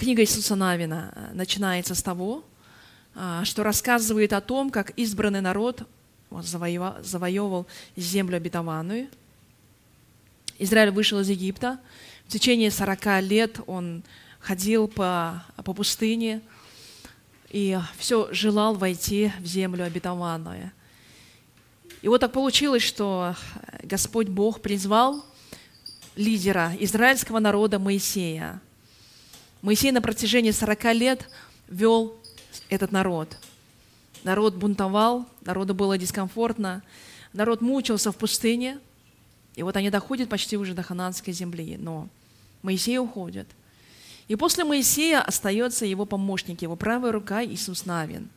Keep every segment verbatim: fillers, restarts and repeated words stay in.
Книга Иисуса Навина начинается с того, что рассказывает о том, как избранный народ завоевал землю обетованную. Израиль вышел из Египта. В течение сорока лет он ходил по, по пустыне и все желал войти в землю обетованную. И вот так получилось, что Господь Бог призвал лидера израильского народа Моисея. Моисей на протяжении сорока лет вел этот народ. Народ бунтовал, народу было дискомфортно, народ мучился в пустыне, и вот они доходят почти уже до Ханаанской земли, но Моисей уходит. И после Моисея остается его помощник, его правая рука Иисус Навин.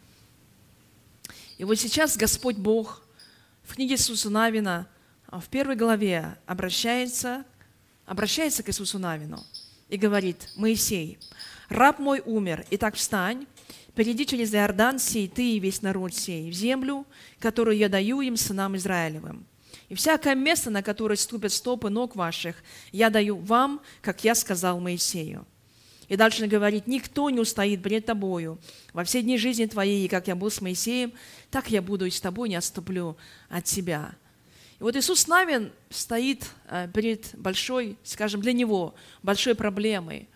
И вот сейчас Господь Бог в книге Иисуса Навина в первой главе обращается, обращается к Иисусу Навину и говорит: «Моисей, раб мой умер, итак встань, перейди через Иордан сей, ты и весь народ сей, в землю, которую я даю им, сынам Израилевым. И всякое место, на которое ступят стопы ног ваших, я даю вам, как я сказал Моисею». И дальше он говорит: «Никто не устоит пред тобою во все дни жизни твоей, и как я был с Моисеем, так я буду и с тобой, не отступлю от тебя». И вот Иисус Навин стоит перед большой, скажем, для него большой проблемой.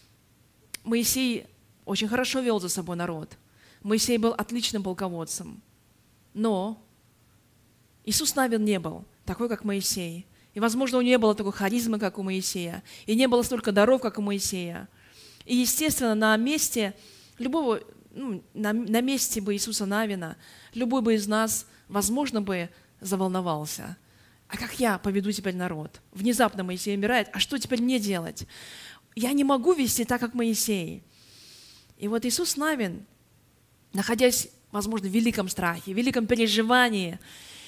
Моисей очень хорошо вел за собой народ. Моисей был отличным полководцем. Но Иисус Навин не был такой, как Моисей. И, возможно, у него не было такой харизмы, как у Моисея. И не было столько даров, как у Моисея. И, естественно, на месте любого, ну, на, на месте бы Иисуса Навина любой бы из нас, возможно, бы заволновался. А как я поведу теперь народ? Внезапно Моисей умирает, а что теперь мне делать? Я не могу вести так, как Моисей. И вот Иисус Навин, находясь, возможно, в великом страхе, в великом переживании,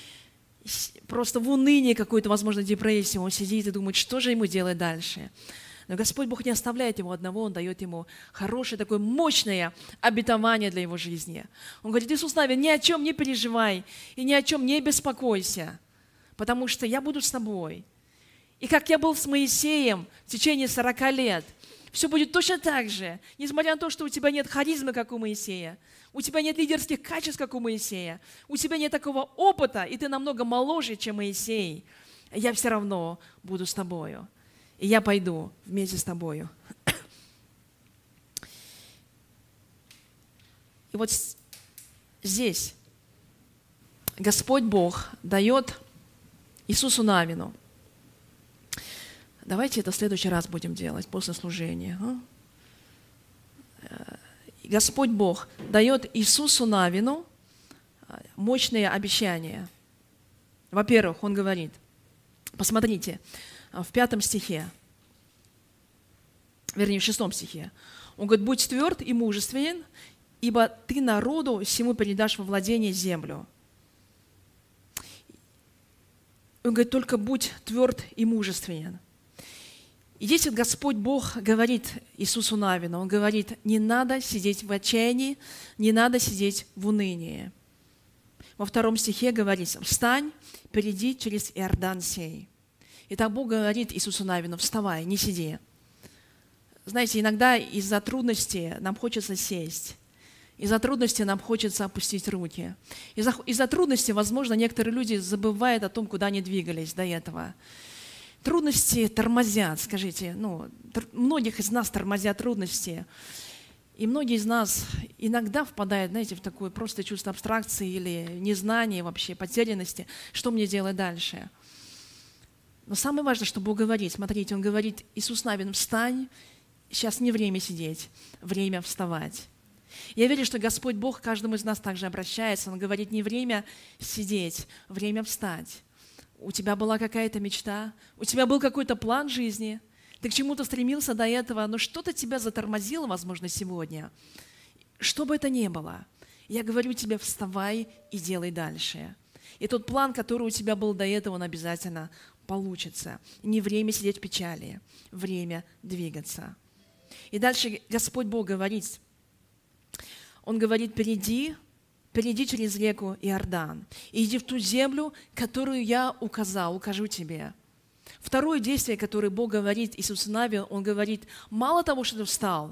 просто в унынии какой-то, возможно, депрессии, он сидит и думает, что же ему делать дальше. Но Господь Бог не оставляет его одного, Он дает ему хорошее, такое мощное обетование для его жизни. Он говорит: «Иисус Навин, ни о чем не переживай и ни о чем не беспокойся, потому что я буду с тобой. И как я был с Моисеем в течение сорока лет, все будет точно так же, несмотря на то, что у тебя нет харизмы, как у Моисея, у тебя нет лидерских качеств, как у Моисея, у тебя нет такого опыта, и ты намного моложе, чем Моисей. Я все равно буду с тобою, и я пойду вместе с тобою». И вот здесь Господь Бог дает Иисусу Навину. Давайте это в следующий раз будем делать, после служения. Господь Бог дает Иисусу Навину мощные обещания. Во-первых, Он говорит, посмотрите, в пятом стихе, вернее, в шестом стихе, Он говорит: «Будь тверд и мужественен, ибо ты народу всему передашь во владение землю». Он говорит: только будь тверд и мужественен. И здесь вот Господь Бог говорит Иисусу Навину, Он говорит: не надо сидеть в отчаянии, не надо сидеть в унынии. Во втором стихе говорится: «Встань, перейди через Иордан сей». Итак, Бог говорит Иисусу Навину: вставай, не сиди. Знаете, иногда из-за трудностей нам хочется сесть. Из-за трудностей нам хочется опустить руки. Из-за, из-за трудностей, возможно, некоторые люди забывают о том, куда они двигались до этого. Трудности тормозят, скажите, ну, тр- многих из нас тормозят трудности. И многие из нас иногда впадают, знаете, в такое просто чувство абстракции или незнания вообще, потерянности, что мне делать дальше. Но самое важное, что Бог говорит, смотрите, Он говорит: «Иисус Навин, встань, сейчас не время сидеть, время вставать». Я верю, что Господь Бог к каждому из нас также обращается. Он говорит: не время сидеть, время встать. У тебя была какая-то мечта, у тебя был какой-то план жизни, ты к чему-то стремился до этого, но что-то тебя затормозило, возможно, сегодня. Что бы это ни было, я говорю тебе: вставай и делай дальше. И тот план, который у тебя был до этого, он обязательно получится. Не время сидеть в печали, время двигаться. И дальше Господь Бог говорит, Он говорит: перейди, перейди через реку Иордан и иди в ту землю, которую я указал, укажу тебе. Второе действие, которое Бог говорит Иисусу Навину, Он говорит: мало того, что ты встал,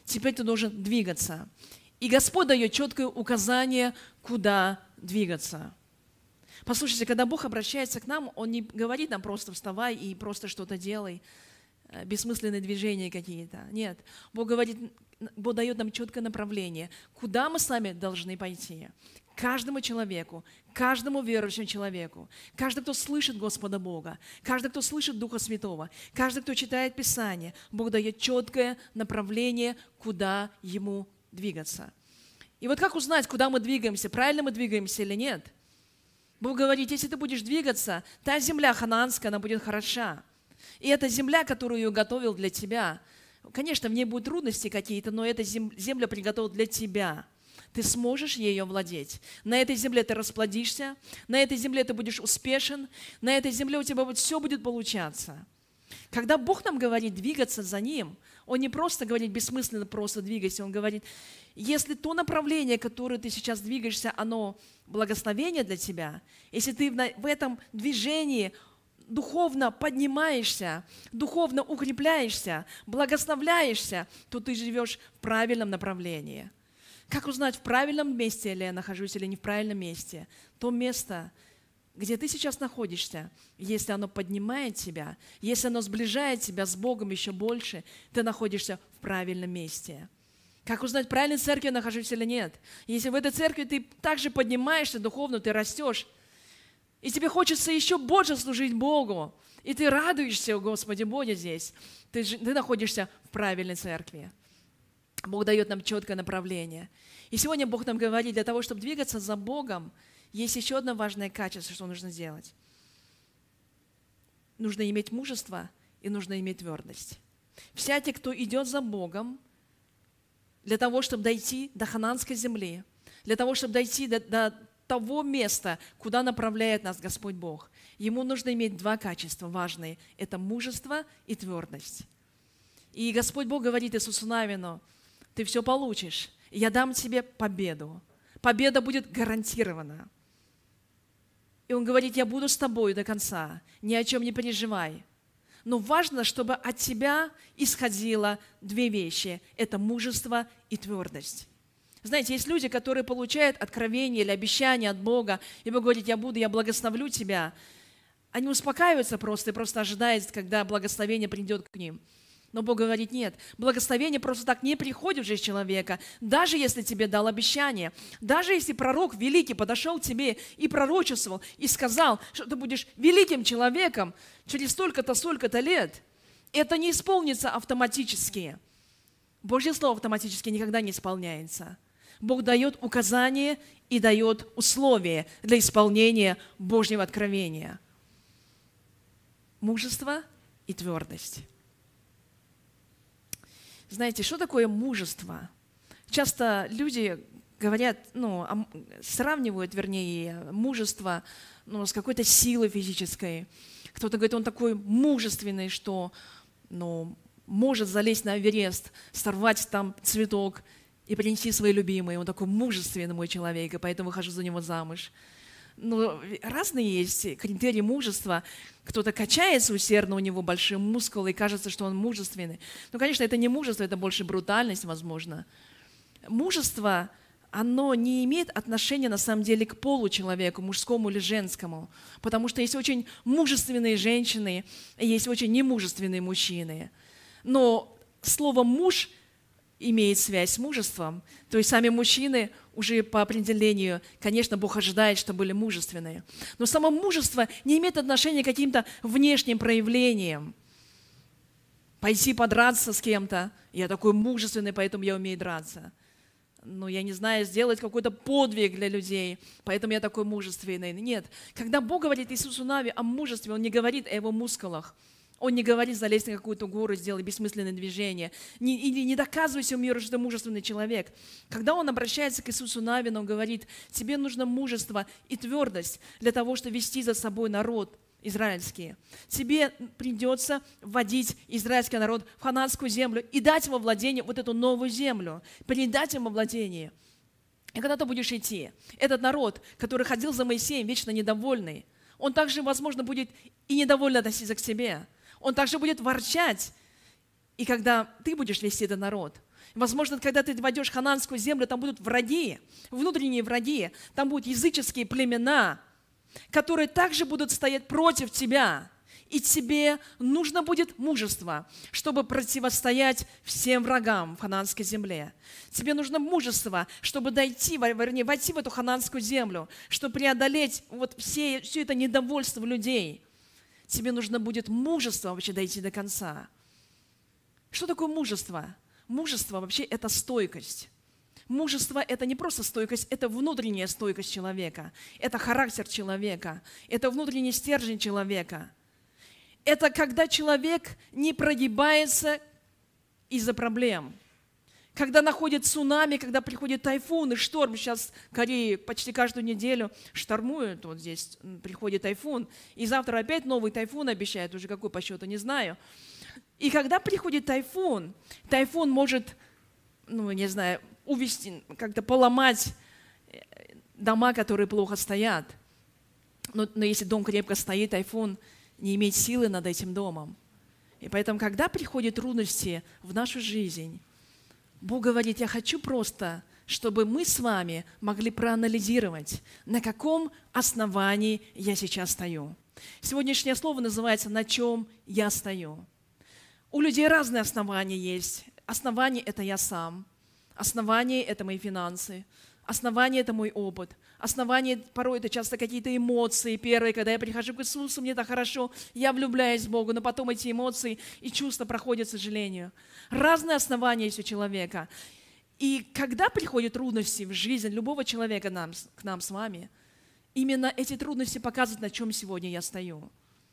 теперь ты должен двигаться. И Господь дает четкое указание, куда двигаться. Послушайте, когда Бог обращается к нам, Он не говорит нам просто вставай и просто что-то делай, бессмысленные движения какие-то. Нет, Бог говорит, Бог дает нам четкое направление, куда мы с вами должны пойти. Каждому человеку, каждому верующему человеку, каждый, кто слышит Господа Бога, каждый, кто слышит Духа Святого, каждый, кто читает Писание, Бог дает четкое направление, куда ему двигаться. И вот как узнать, куда мы двигаемся, правильно мы двигаемся или нет? Бог говорит, если ты будешь двигаться, та земля ханаанская, она будет хороша. И эта земля, которую я готовил для тебя, конечно, в ней будут трудности какие-то, но эта земля приготовлена для тебя. Ты сможешь ею владеть. На этой земле ты расплодишься, на этой земле ты будешь успешен, на этой земле у тебя вот все будет получаться. Когда Бог нам говорит двигаться за Ним, Он не просто говорит бессмысленно просто двигайся, Он говорит, если то направление, которое ты сейчас двигаешься, оно благословение для тебя, если ты в этом движении духовно поднимаешься, духовно укрепляешься, благословляешься, то ты живешь в правильном направлении. Как узнать, в правильном месте ли я нахожусь или не в правильном месте? То место, где ты сейчас находишься, если оно поднимает тебя, если оно сближает тебя с Богом еще больше, ты находишься в правильном месте. Как узнать, в правильной церкви я нахожусь или нет? Если в этой церкви ты также поднимаешься духовно, ты растешь, и тебе хочется еще больше служить Богу, и ты радуешься, о Господи Боге, здесь, ты, ты находишься в правильной церкви. Бог дает нам четкое направление. И сегодня Бог нам говорит, для того, чтобы двигаться за Богом, есть еще одно важное качество, что нужно сделать. Нужно иметь мужество и нужно иметь твердость. Всякий, кто идет за Богом, для того, чтобы дойти до ханаанской земли, для того, чтобы дойти до, до того места, куда направляет нас Господь Бог, ему нужно иметь два качества важные. Это мужество и твердость. И Господь Бог говорит Иисусу Навину, ты все получишь, и я дам тебе победу. Победа будет гарантирована. И Он говорит, я буду с тобой до конца, ни о чем не переживай. Но важно, чтобы от тебя исходило две вещи. Это мужество и твердость. Знаете, есть люди, которые получают откровение или обещание от Бога, и Бог говорит, я буду, я благословлю тебя. Они успокаиваются просто и просто ожидают, когда благословение придет к ним. Но Бог говорит, нет, благословение просто так не приходит в жизнь человека, даже если тебе дал обещание, даже если пророк великий подошел к тебе и пророчествовал, и сказал, что ты будешь великим человеком через столько-то, столько-то лет, это не исполнится автоматически. Божье Слово автоматически никогда не исполняется. Бог дает указания и дает условия для исполнения Божьего откровения. Мужество и твердость. Знаете, что такое мужество? Часто люди говорят, ну, сравнивают, вернее, мужество ну, с какой-то силой физической. Кто-то говорит, он такой мужественный, что ну, может залезть на Эверест, сорвать там цветок и принести свои любимые. Он такой мужественный мой человек, и поэтому выхожу за него замуж. Ну, разные есть критерии мужества. Кто-то качается усердно, у него большие мускулы, и кажется, что он мужественный. Ну, конечно, это не мужество, это больше брутальность, возможно. Мужество, оно не имеет отношения, на самом деле, к полу человека, мужскому или женскому. Потому что есть очень мужественные женщины, и есть очень немужественные мужчины. Но слово «муж» имеет связь с мужеством. То есть сами мужчины уже по определению, конечно, Бог ожидает, что были мужественные. Но само мужество не имеет отношения к каким-то внешним проявлениям. Пойти подраться с кем-то. Я такой мужественный, поэтому я умею драться. Ну, я не знаю, сделать какой-то подвиг для людей, поэтому я такой мужественный. Нет. Когда Бог говорит Иисусу Наве о мужестве, Он не говорит о его мускулах. Он не говорит, залезь на какую-то гору, сделай бессмысленное движение. Не, или не доказывай всему миру, что ты мужественный человек. Когда он обращается к Иисусу Навину, он говорит, тебе нужно мужество и твердость для того, чтобы вести за собой народ израильский. Тебе придется вводить израильский народ в ханаанскую землю и дать ему владение, вот эту новую землю, передать ему владение. И когда ты будешь идти, этот народ, который ходил за Моисеем, вечно недовольный, он также, возможно, будет и недовольно относиться к себе. Он также будет ворчать. И когда ты будешь вести этот народ, Возможно, когда ты войдешь в ханаанскую землю, там будут враги, внутренние враги, там будут языческие племена, которые также будут стоять против тебя. И тебе нужно будет мужество, чтобы противостоять всем врагам в ханаанской земле. Тебе нужно мужество, чтобы дойти, вернее, войти в эту ханаанскую землю, чтобы преодолеть вот все, все это недовольство людей. Тебе нужно будет мужество вообще дойти до конца. Что такое мужество? Мужество вообще это стойкость. Мужество – это не просто стойкость, это внутренняя стойкость человека. Это характер человека, это внутренний стержень человека. Это когда человек не прогибается из-за проблем. Когда находит цунами, когда приходит тайфун и шторм. Сейчас в Корее почти каждую неделю штормуют. Вот здесь приходит тайфун. И завтра опять новый тайфун обещают. Уже какой по счету, не знаю. И когда приходит тайфун, тайфун может, ну, не знаю, увести, как-то поломать дома, которые плохо стоят. Но, но если дом крепко стоит, тайфун не иметь силы над этим домом. И поэтому, когда приходят трудности в нашу жизнь, Бог говорит, я хочу просто, чтобы мы с вами могли проанализировать, на каком основании я сейчас стою. Сегодняшнее слово называется «На чем я стою». У людей разные основания есть. Основание – это я сам. Основание – это мои финансы. Основание – это мой опыт. Основание порой это часто какие-то эмоции. Первые, когда я прихожу к Иисусу, мне так хорошо, я влюбляюсь в Бога, но потом эти эмоции и чувства проходят, к сожалению. Разные основания есть у человека. И когда приходят трудности в жизнь любого человека нам, к нам с вами, именно эти трудности показывают, на чем сегодня я стою.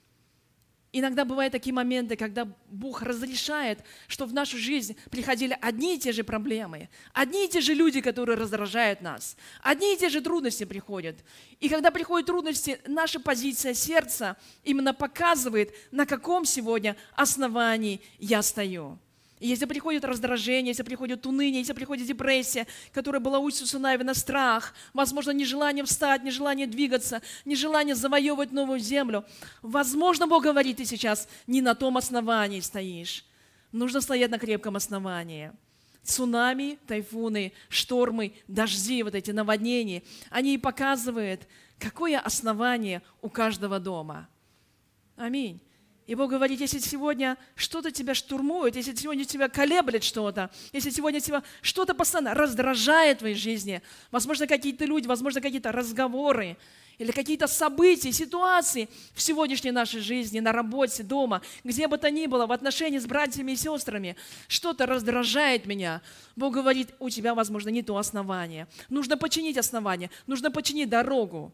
Иногда бывают такие моменты, когда Бог разрешает, что в нашу жизнь приходили одни и те же проблемы, одни и те же люди, которые раздражают нас, одни и те же трудности приходят. И когда приходят трудности, наша позиция сердца именно показывает, на каком сегодня основании я стою. И если приходит раздражение, если приходит уныние, если приходит депрессия, которая была у Иисуса Навина, страх, возможно, нежелание встать, нежелание двигаться, нежелание завоевывать новую землю, возможно, Бог говорит, ты сейчас не на том основании стоишь. Нужно стоять на крепком основании. Цунами, тайфуны, штормы, дожди, вот эти наводнения, они и показывают, какое основание у каждого дома. Аминь. И Бог говорит, если сегодня что-то тебя штурмует, если сегодня тебя колеблет что-то, если сегодня тебя что-то постоянно раздражает в твоей жизни, возможно, какие-то люди, возможно, какие-то разговоры или какие-то события, ситуации в сегодняшней нашей жизни, на работе, дома, где бы то ни было, в отношении с братьями и сестрами, что-то раздражает меня. Бог говорит, у тебя, возможно, не то основание. Нужно починить основание, нужно починить дорогу.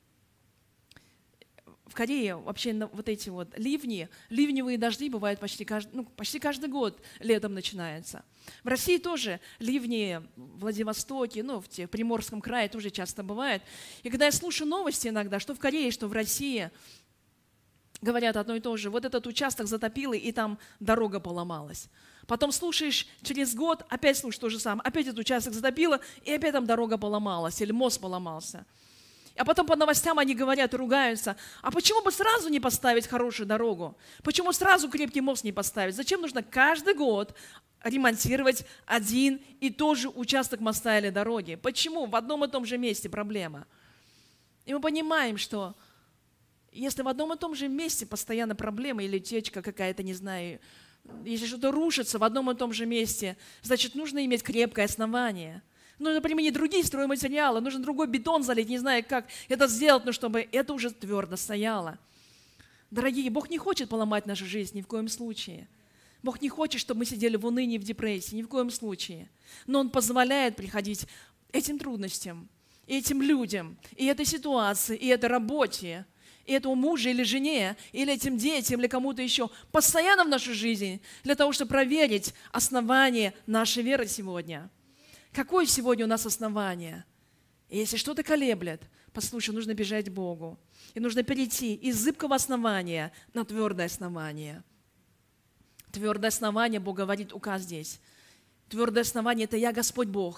В Корее вообще вот эти вот ливни, ливневые дожди бывают почти каждый, ну, почти каждый год летом начинается. В России тоже ливни в Владивостоке, ну, в те, в Приморском крае тоже часто бывает. И когда я слушаю новости иногда, что в Корее, что в России, говорят одно и то же. Вот этот участок затопило, и там дорога поломалась. Потом слушаешь, через год опять слушаешь то же самое. Опять этот участок затопило, и опять там дорога поломалась, или мост поломался. А потом по новостям они говорят, ругаются. А почему бы сразу не поставить хорошую дорогу? Почему сразу крепкий мост не поставить? Зачем нужно каждый год ремонтировать один и тот же участок моста или дороги? Почему? В одном и том же месте проблема. И мы понимаем, что если в одном и том же месте постоянно проблема или течка какая-то, не знаю, если что-то рушится в одном и том же месте, значит, нужно иметь крепкое основание. Нужно применить другие стройматериалы, нужно другой бетон залить, не знаю, как это сделать, но чтобы это уже твердо стояло. Дорогие, Бог не хочет поломать нашу жизнь ни в коем случае. Бог не хочет, чтобы мы сидели в унынии, в депрессии, ни в коем случае. Но Он позволяет приходить этим трудностям, и этим людям, и этой ситуации, и этой работе, и этому мужу или жене, или этим детям, или кому-то еще, постоянно в нашу жизнь, для того, чтобы проверить основание нашей веры сегодня. Какое сегодня у нас основание? И если что-то колеблет, послушай, нужно бежать к Богу. И нужно перейти из зыбкого основания на твердое основание. Твердое основание, Бог говорит, указ здесь. Твердое основание – это я, Господь Бог,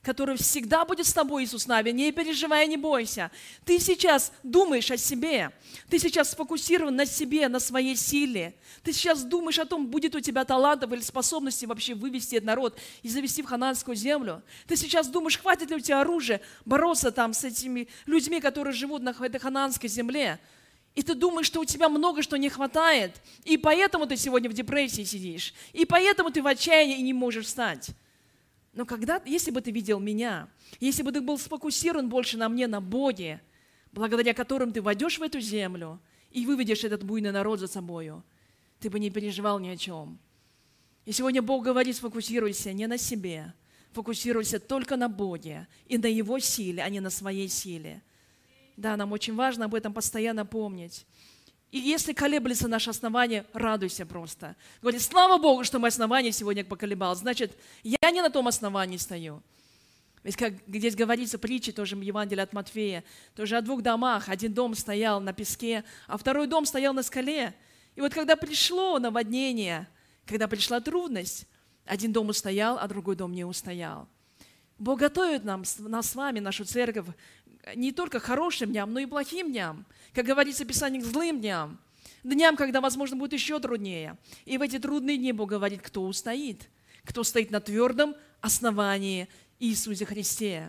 который всегда будет с тобой, Иисус Навин. Не переживай, не бойся. Ты сейчас думаешь о себе. Ты сейчас сфокусирован на себе, на своей силе. Ты сейчас думаешь о том, будет у тебя талантов или способности вообще вывести этот народ и завести в ханаанскую землю. Ты сейчас думаешь, хватит ли у тебя оружия бороться там с этими людьми, которые живут на этой ханаанской земле. И ты думаешь, что у тебя много что не хватает. И поэтому ты сегодня в депрессии сидишь. И поэтому ты в отчаянии и не можешь встать. Но когда, если бы ты видел меня, если бы ты был сфокусирован больше на мне, на Боге, благодаря которым ты войдешь в эту землю и выведешь этот буйный народ за собою, ты бы не переживал ни о чем. И сегодня Бог говорит, сфокусируйся не на себе, фокусируйся только на Боге и на Его силе, а не на своей силе. Да, нам очень важно об этом постоянно помнить. И если колеблется наше основание, радуйся просто. Говори, слава Богу, что мое основание сегодня поколебалось. Значит, я не на том основании стою. Ведь как здесь говорится, притчи тоже в Евангелии от Матфея, тоже о двух домах. Один дом стоял на песке, а второй дом стоял на скале. И вот когда пришло наводнение, когда пришла трудность, один дом устоял, а другой дом не устоял. Бог готовит нам, нас с вами, нашу церковь, не только хорошим дням, но и плохим дням. Как говорится в Писании, к злым дням. Дням, когда, возможно, будет еще труднее. И в эти трудные дни Бог говорит, кто устоит. Кто стоит на твердом основании Иисусе Христе.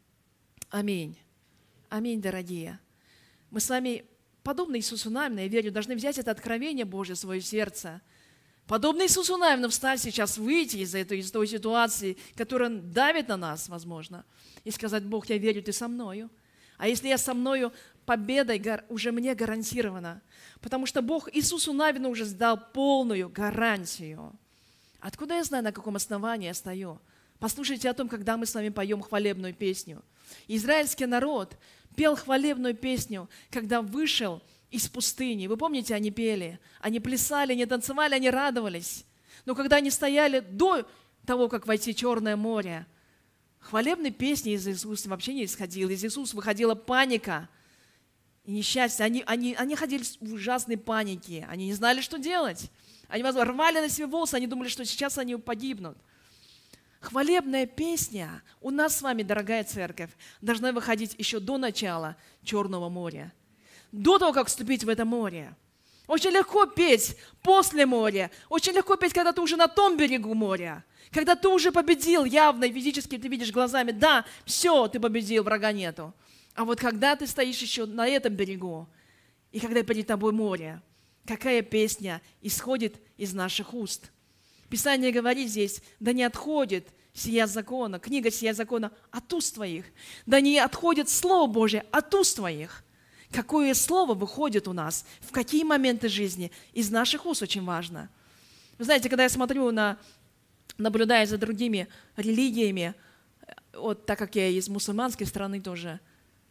Аминь. Аминь, дорогие. Мы с вами, подобно Иисусу Навину, я верю, должны взять это откровение Божье в свое сердце. Подобно Иисусу Навину встать сейчас, выйти из этой, из той ситуации, которая давит на нас, возможно, и сказать, Бог, я верю, Ты со мною. А если я со мною, победой уже мне гарантирована. Потому что Бог Иисусу Навину уже дал полную гарантию. Откуда я знаю, на каком основании я стою? Послушайте о том, когда мы с вами поем хвалебную песню. Израильский народ пел хвалебную песню, когда вышел из пустыни. Вы помните, они пели, они плясали, они танцевали, они радовались. Но когда они стояли до того, как войти в Черное море, хвалебной песни из Иисуса вообще не исходила. Из Иисуса выходила паника и несчастье. Они, они, они ходили в ужасной панике. Они не знали, что делать. Они рвали на себе волосы, они думали, что сейчас они погибнут. Хвалебная песня у нас с вами, дорогая церковь, должна выходить еще до начала Черного моря. До того, как вступить в это море. Очень легко петь после моря. Очень легко петь, когда ты уже на том берегу моря. Когда ты уже победил явно и физически, ты видишь глазами, да, все, ты победил, врага нету. А вот когда ты стоишь еще на этом берегу, и когда перед тобой море, какая песня исходит из наших уст? Писание говорит здесь, да не отходит сия закона, книга сия закона от уст твоих, да не отходит Слово Божие от уст твоих. Какое слово выходит у нас, в какие моменты жизни, из наших уст очень важно. Вы знаете, когда я смотрю на, наблюдая за другими религиями, вот так как я из мусульманской страны тоже,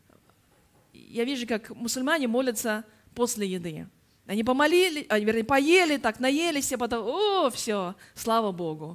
я вижу, как мусульмане молятся после еды. Они помолили, они, вернее, поели, так наелись, а потом, о, все, слава Богу.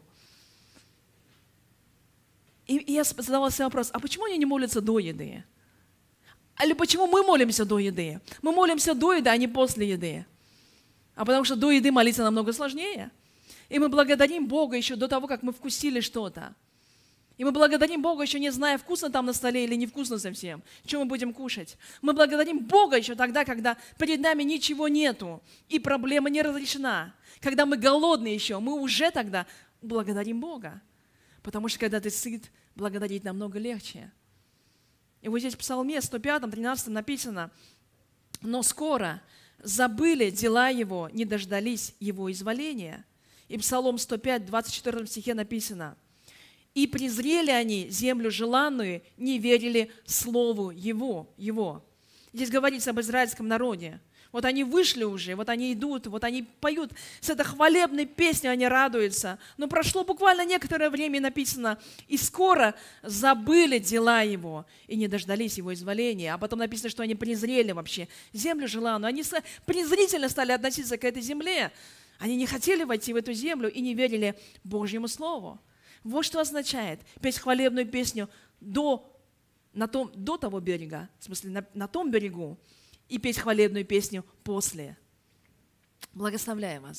И, и я задавала себе вопрос, а почему они не молятся до еды? Или почему мы молимся до еды? Мы молимся до еды, а не после еды. А потому что до еды молиться намного сложнее. И мы благодарим Бога еще до того, как мы вкусили что-то. И мы благодарим Бога еще не зная, вкусно там на столе или невкусно совсем, что мы будем кушать. Мы благодарим Бога еще тогда, когда перед нами ничего нету, и проблема не разрешена. Когда мы голодны еще, мы уже тогда благодарим Бога. Потому что когда ты сыт, благодарить намного легче. И вот здесь в Псалме сто пятом, тринадцатом написано, «Но скоро забыли дела его, не дождались его изволения». И Псалом сто пять, двадцать четвёртом стихе написано, «И презрели они землю желанную, не верили слову его». его». Здесь говорится об израильском народе. Вот они вышли уже, вот они идут, вот они поют с этой хвалебной песней, они радуются. Но прошло буквально некоторое время, написано, «И скоро забыли дела его, и не дождались его изволения». А потом написано, что они презрели вообще землю желанную. Они презрительно стали относиться к этой земле. Они не хотели войти в эту землю и не верили Божьему Слову. Вот что означает петь хвалебную песню до, на том, до того берега, в смысле на, на том берегу, и петь хвалебную песню после. Благословляю вас,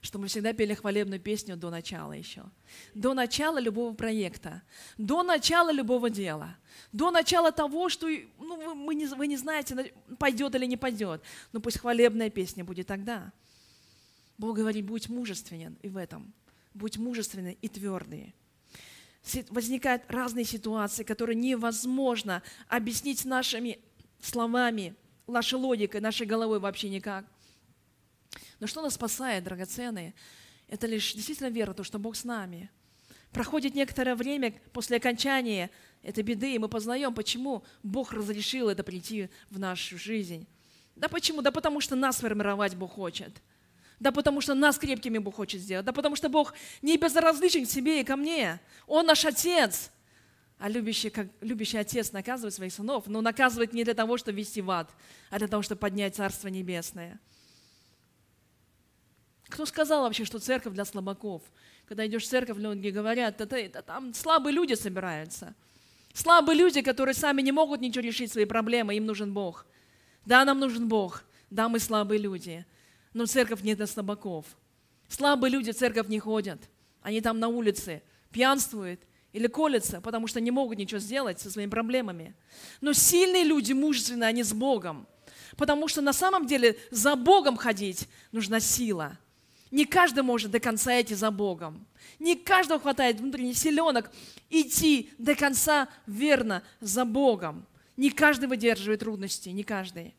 что мы всегда пели хвалебную песню до начала еще. До начала любого проекта, до начала любого дела, до начала того, что ну, вы, мы не, вы не знаете, пойдет или не пойдет. Но пусть хвалебная песня будет тогда. Бог говорит, будь мужественен и в этом. Будь мужественный и твердый. Возникают разные ситуации, которые невозможно объяснить нашими словами, нашей логикой, нашей головой вообще никак. Но что нас спасает, драгоценные, это лишь действительно вера, то, что Бог с нами. Проходит некоторое время после окончания этой беды, и мы познаем, почему Бог разрешил это прийти в нашу жизнь. Да почему? Да потому что нас формировать Бог хочет. Да потому что нас крепкими Бог хочет сделать. Да потому что Бог не безразличен к себе и ко мне. Он наш Отец. А любящий, как любящий Отец наказывает своих сынов, но наказывает не для того, чтобы ввести в ад, а для того, чтобы поднять Царство Небесное. Кто сказал вообще, что церковь для слабаков? Когда идешь в церковь, люди говорят, да, да, да, там слабые люди собираются. Слабые люди, которые сами не могут ничего решить, свои проблемы, им нужен Бог. Да, нам нужен Бог. Да, мы слабые люди. Но церковь не для слабаков. Слабые люди в церковь не ходят. Они там на улице пьянствуют или колятся, потому что не могут ничего сделать со своими проблемами. Но сильные люди, мужественные, они с Богом. Потому что на самом деле за Богом ходить нужна сила. Не каждый может до конца идти за Богом. Не каждого хватает внутренних силенок идти до конца верно за Богом. Не каждый выдерживает трудности, не каждый.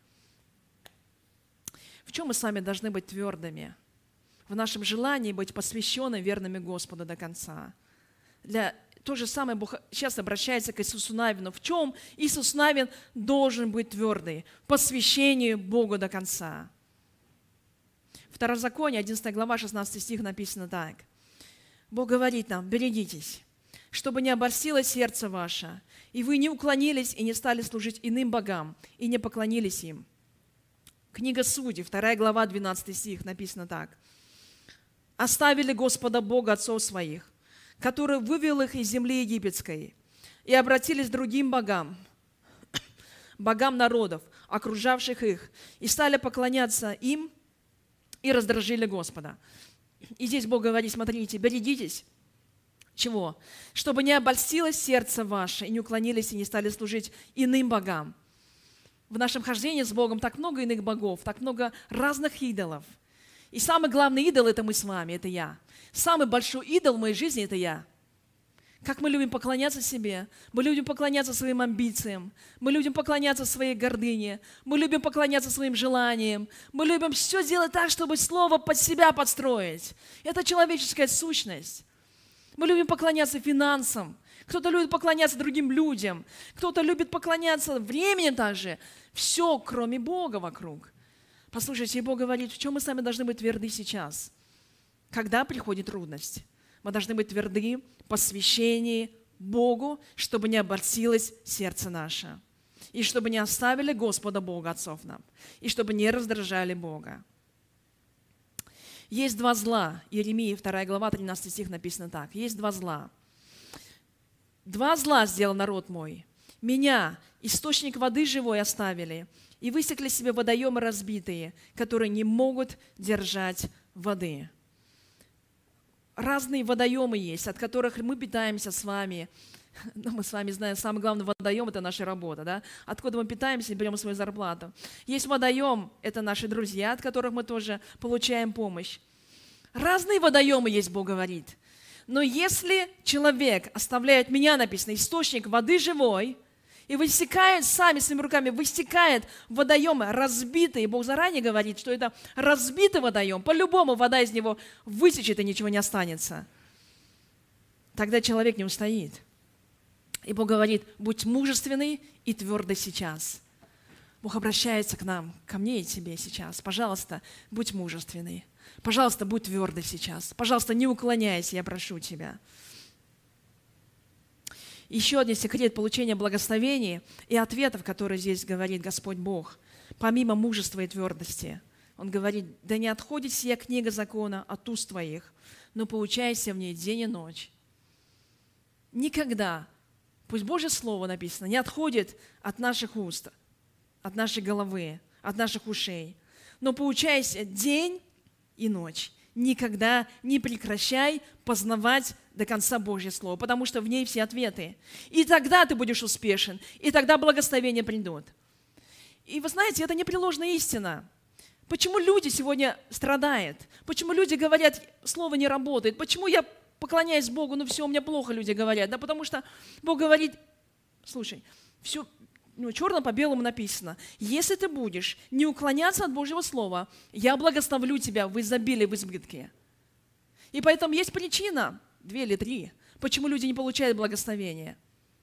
В чем мы с вами должны быть твердыми? В нашем желании быть посвященными, верными Господу до конца. Для... То же самое Бог сейчас обращается к Иисусу Навину. В чем Иисус Навин должен быть твердый? В посвящении Богу до конца. Второзаконие, одиннадцатая глава, шестнадцатый стих написано так. Бог говорит нам, берегитесь, чтобы не обольстилось сердце ваше, и вы не уклонились и не стали служить иным богам, и не поклонились им. Книга Судей, вторая глава, двенадцатый стих, написано так. «Оставили Господа Бога отцов своих, который вывел их из земли египетской, и обратились к другим богам, богам народов, окружавших их, и стали поклоняться им, и раздражили Господа». И здесь Бог говорит, смотрите, берегитесь. Чего? Чтобы не обольстилось сердце ваше, и не уклонились, и не стали служить иным богам. В нашем хождении с Богом так много иных богов, так много разных идолов. И самый главный идол – это мы с вами, это я. Самый большой идол в моей жизни – это я. Как мы любим поклоняться себе, мы любим поклоняться своим амбициям, мы любим поклоняться своей гордыне, мы любим поклоняться своим желаниям, мы любим все сделать так, чтобы слово под себя подстроить. Это человеческая сущность. Мы любим поклоняться финансам, кто-то любит поклоняться другим людям, кто-то любит поклоняться времени также. Все, кроме Бога вокруг. Послушайте, Бог говорит, в чем мы сами должны быть тверды сейчас, когда приходит трудность. Мы должны быть тверды в посвящении Богу, чтобы не обольстилось сердце наше, и чтобы не оставили Господа Бога отцов нам, и чтобы не раздражали Бога. Есть два зла. Иеремия, вторая глава, тринадцатый стих написано так. Есть два зла. Два зла сделал народ мой. Меня, источник воды живой, оставили, и высекли себе водоемы разбитые, которые не могут держать воды. Разные водоемы есть, от которых мы питаемся с вами. Ну, мы с вами знаем, самый главный водоем – это наша работа, да? Откуда мы питаемся и берем свою зарплату. Есть водоем – это наши друзья, от которых мы тоже получаем помощь. Разные водоемы есть, Бог говорит. Но если человек оставляет меня, написано, источник воды живой, и высекает сами своими руками, высекает водоемы разбитые. Бог заранее говорит, что это разбитый водоем. По-любому вода из него высечет, и ничего не останется. Тогда человек не устоит. И Бог говорит, будь мужественный и твердый сейчас. Бог обращается к нам, ко мне и тебе сейчас. Пожалуйста, будь мужественный. Пожалуйста, будь твердый сейчас. Пожалуйста, не уклоняйся, я прошу тебя. Еще один секрет получения благословений и ответов, которые здесь говорит Господь Бог, помимо мужества и твердости. Он говорит, да не отходит сия книга закона от уст твоих, но поучайся в ней день и ночь. Никогда, пусть Божье Слово написано, не отходит от наших уст, от нашей головы, от наших ушей, но поучайся день и ночь, никогда не прекращай познавать до конца Божье Слово, потому что в ней все ответы. И тогда ты будешь успешен, и тогда благословения придут. И вы знаете, это непреложная истина. Почему люди сегодня страдают? Почему люди говорят, Слово не работает? Почему я поклоняюсь Богу, ну все, у меня плохо, люди говорят? Да потому что Бог говорит, слушай, все, ну, черно по белому написано. Если ты будешь не уклоняться от Божьего Слова, я благословлю тебя в изобилии, в избытке. И поэтому есть причина, две или три, почему люди не получают благословения.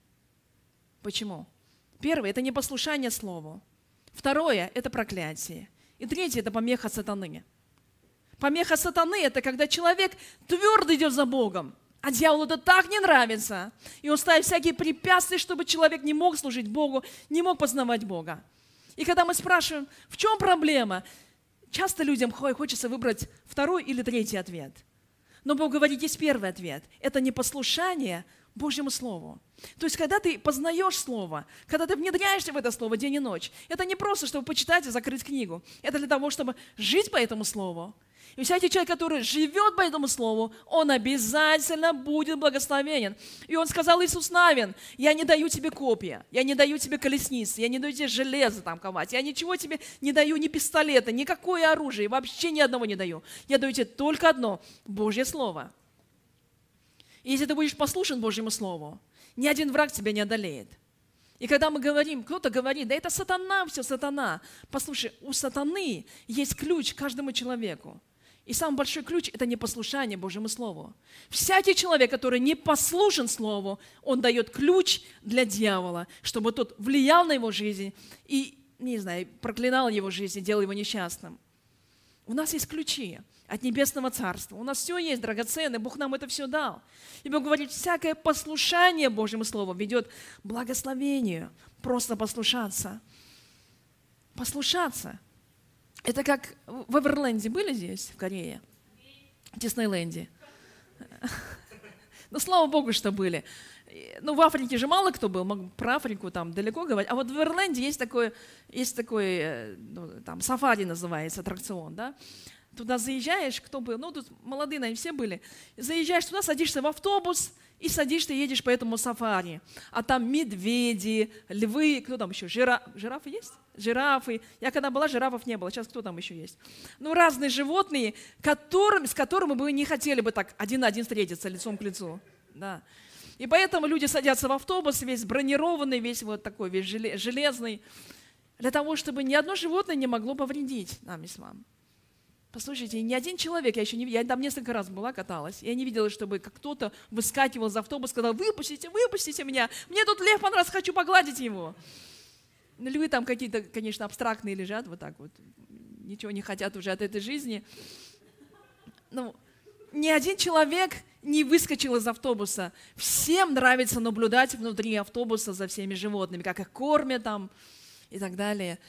Почему? Первое – это непослушание Слову. Второе – это проклятие. И третье – это помеха сатаны. Помеха сатаны – это когда человек твердо идет за Богом, а дьяволу это так не нравится. И он ставит всякие препятствия, чтобы человек не мог служить Богу, не мог познавать Бога. И когда мы спрашиваем, в чем проблема, часто людям хочется выбрать второй или третий ответ. Но Бог говорит, есть первый ответ. Это непослушание Божьему Слову. То есть, когда ты познаешь Слово, когда ты внедряешься в это Слово день и ночь, это не просто, чтобы почитать и закрыть книгу. Это для того, чтобы жить по этому Слову. И всякий человек, который живет по этому Слову, он обязательно будет благословенен. И он сказал, Иисус Навин, я не даю тебе копья, я не даю тебе колесницы, я не даю тебе железо там ковать, я ничего тебе не даю, ни пистолета, никакое оружие, вообще ни одного не даю. Я даю тебе только одно – Божье Слово. И если ты будешь послушен Божьему Слову, ни один враг тебя не одолеет. И когда мы говорим, кто-то говорит, да это сатана, все сатана. Послушай, у сатаны есть ключ к каждому человеку. И самый большой ключ – это непослушание Божьему Слову. Всякий человек, который не послушен Слову, он дает ключ для дьявола, чтобы тот влиял на его жизнь и, не знаю, проклинал его жизнь, делал его несчастным. У нас есть ключи от Небесного Царства. У нас все есть драгоценное, Бог нам это все дал. И Бог говорит, всякое послушание Божьему Слову ведет к благословению. Просто послушаться. Послушаться. Это как в Эверленде были здесь, в Корее? В Диснейленде. Ну, слава Богу, что были. Ну, в Африке же мало кто был, про Африку там далеко говорить. А вот в Эверленде есть такой, есть такой ну, там, сафари называется, аттракцион, да? Туда заезжаешь, кто был, ну, тут молодые, наверное, все были. Заезжаешь туда, садишься в автобус и садишься, едешь по этому сафари. А там медведи, львы, кто там еще? Жира... Жирафы есть? Жирафы. Я когда была, жирафов не было. Сейчас кто там еще есть? Ну, разные животные, которым, с которыми мы не хотели бы так один на один встретиться, лицом к лицу. Да. И поэтому люди садятся в автобус, весь бронированный, весь вот такой, весь железный, для того, чтобы ни одно животное не могло повредить нам и с вами. Послушайте, ни один человек, я еще не я там несколько раз была, каталась, я не видела, чтобы кто-то выскакивал из автобуса, сказал, выпустите, выпустите меня, мне тут лев понравился, хочу погладить его. Львы там какие-то, конечно, абстрактные лежат, вот так вот, ничего не хотят уже от этой жизни. Ну, ни один человек не выскочил из автобуса. Всем нравится наблюдать внутри автобуса за всеми животными, как их кормят там и так далее.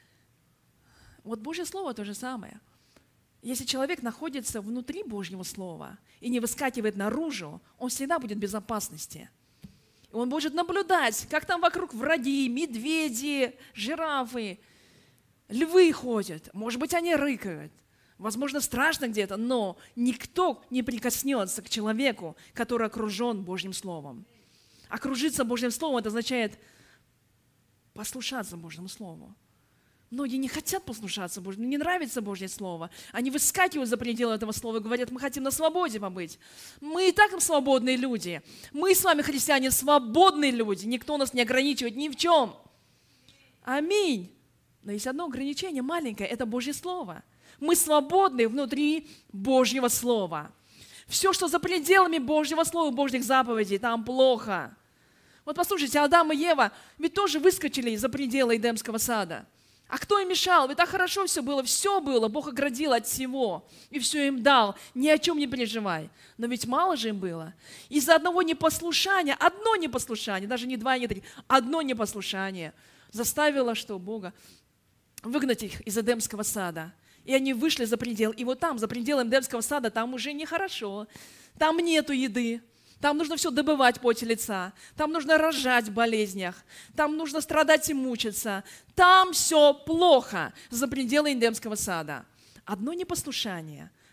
Вот Божье Слово то же самое. Если человек находится внутри Божьего Слова и не выскакивает наружу, он всегда будет в безопасности. И он может наблюдать, как там вокруг враги, медведи, жирафы, львы ходят. Может быть, они рыкают. Возможно, страшно где-то, но никто не прикоснется к человеку, который окружен Божьим Словом. Окружиться Божьим Словом – это означает послушаться Божьему Слову. Многие не хотят послушаться Божьему, не нравится Божье Слово. Они выскакивают за пределы этого Слова и говорят, мы хотим на свободе побыть. Мы и так свободные люди. Мы с вами, христиане, свободные люди. Никто нас не ограничивает ни в чем. Аминь. Но есть одно ограничение маленькое – это Божье Слово. Мы свободны внутри Божьего Слова. Все, что за пределами Божьего Слова, Божьих заповедей, там плохо. Вот послушайте, Адам и Ева ведь тоже выскочили за пределы Эдемского сада. А кто им мешал? Ведь так хорошо все было, все было, Бог оградил от всего, и все им дал, ни о чем не переживай. Но ведь мало же им было. Из-за одного непослушания, одно непослушание, даже не два, не три, одно непослушание заставило, что Бога выгнать их из Эдемского сада. И они вышли за предел. И вот там, за пределом Эдемского сада, там уже нехорошо, там нету еды. Там нужно все добывать в поте лица, там нужно рожать в болезнях, там нужно страдать и мучиться. Там все плохо за пределы Эдемского сада. Одно непослушание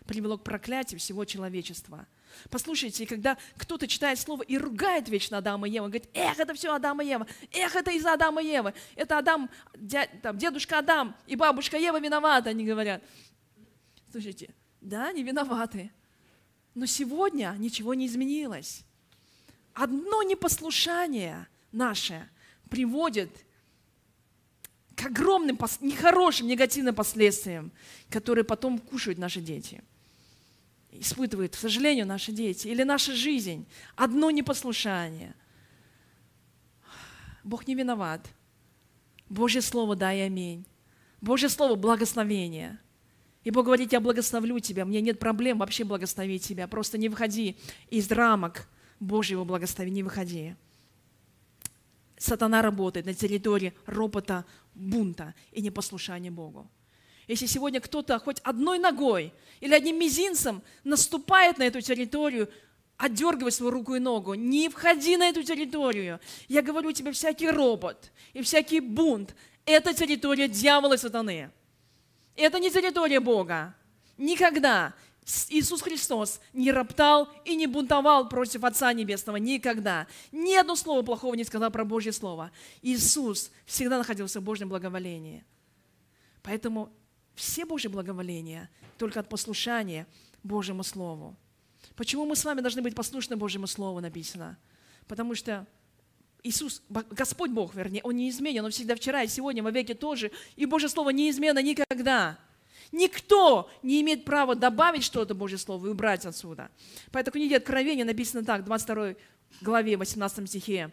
привело к проклятию всего человечества. Послушайте, когда кто-то читает слово и ругает вечно Адама и Еву, говорит: эх, это все Адам и Ева, эх, это из-за Адама и Евы, это Адам, дядь, там, дедушка Адам и бабушка Ева виноваты, они говорят. Слушайте, да, они виноваты, но сегодня ничего не изменилось. Одно непослушание наше приводит к огромным, нехорошим, негативным последствиям, которые потом кушают наши дети. Испытывают, к сожалению, наши дети. Или наша жизнь. Одно непослушание. Бог не виноват. Божье Слово да и аминь. Божье Слово – благословение. И Бог говорит: я благословлю тебя, мне нет проблем вообще благословить тебя. Просто не выходи из рамок Божьего благословения, не выходи. Сатана работает на территории ропота, бунта и непослушания Богу. Если сегодня кто-то хоть одной ногой или одним мизинцем наступает на эту территорию, отдергивай свою руку и ногу, не входи на эту территорию. Я говорю тебе, всякий ропот и всякий бунт – это территория дьявола и сатаны. Это не территория Бога. Никогда Иисус Христос не роптал и не бунтовал против Отца Небесного. Никогда. Ни одно слово плохого не сказал про Божье Слово. Иисус всегда находился в Божьем благоволении. Поэтому все Божьи благоволения только от послушания Божьему Слову. Почему мы с вами должны быть послушны Божьему Слову, написано? Потому что Иисус, Господь Бог, вернее, Он неизменен, Он всегда вчера и сегодня, во веки тоже, и Божье Слово неизменно никогда. Никто не имеет права добавить что-то Божье Слово и убрать отсюда. Поэтому в книге Откровения написано так, в двадцать второй главе, восемнадцатом стихе.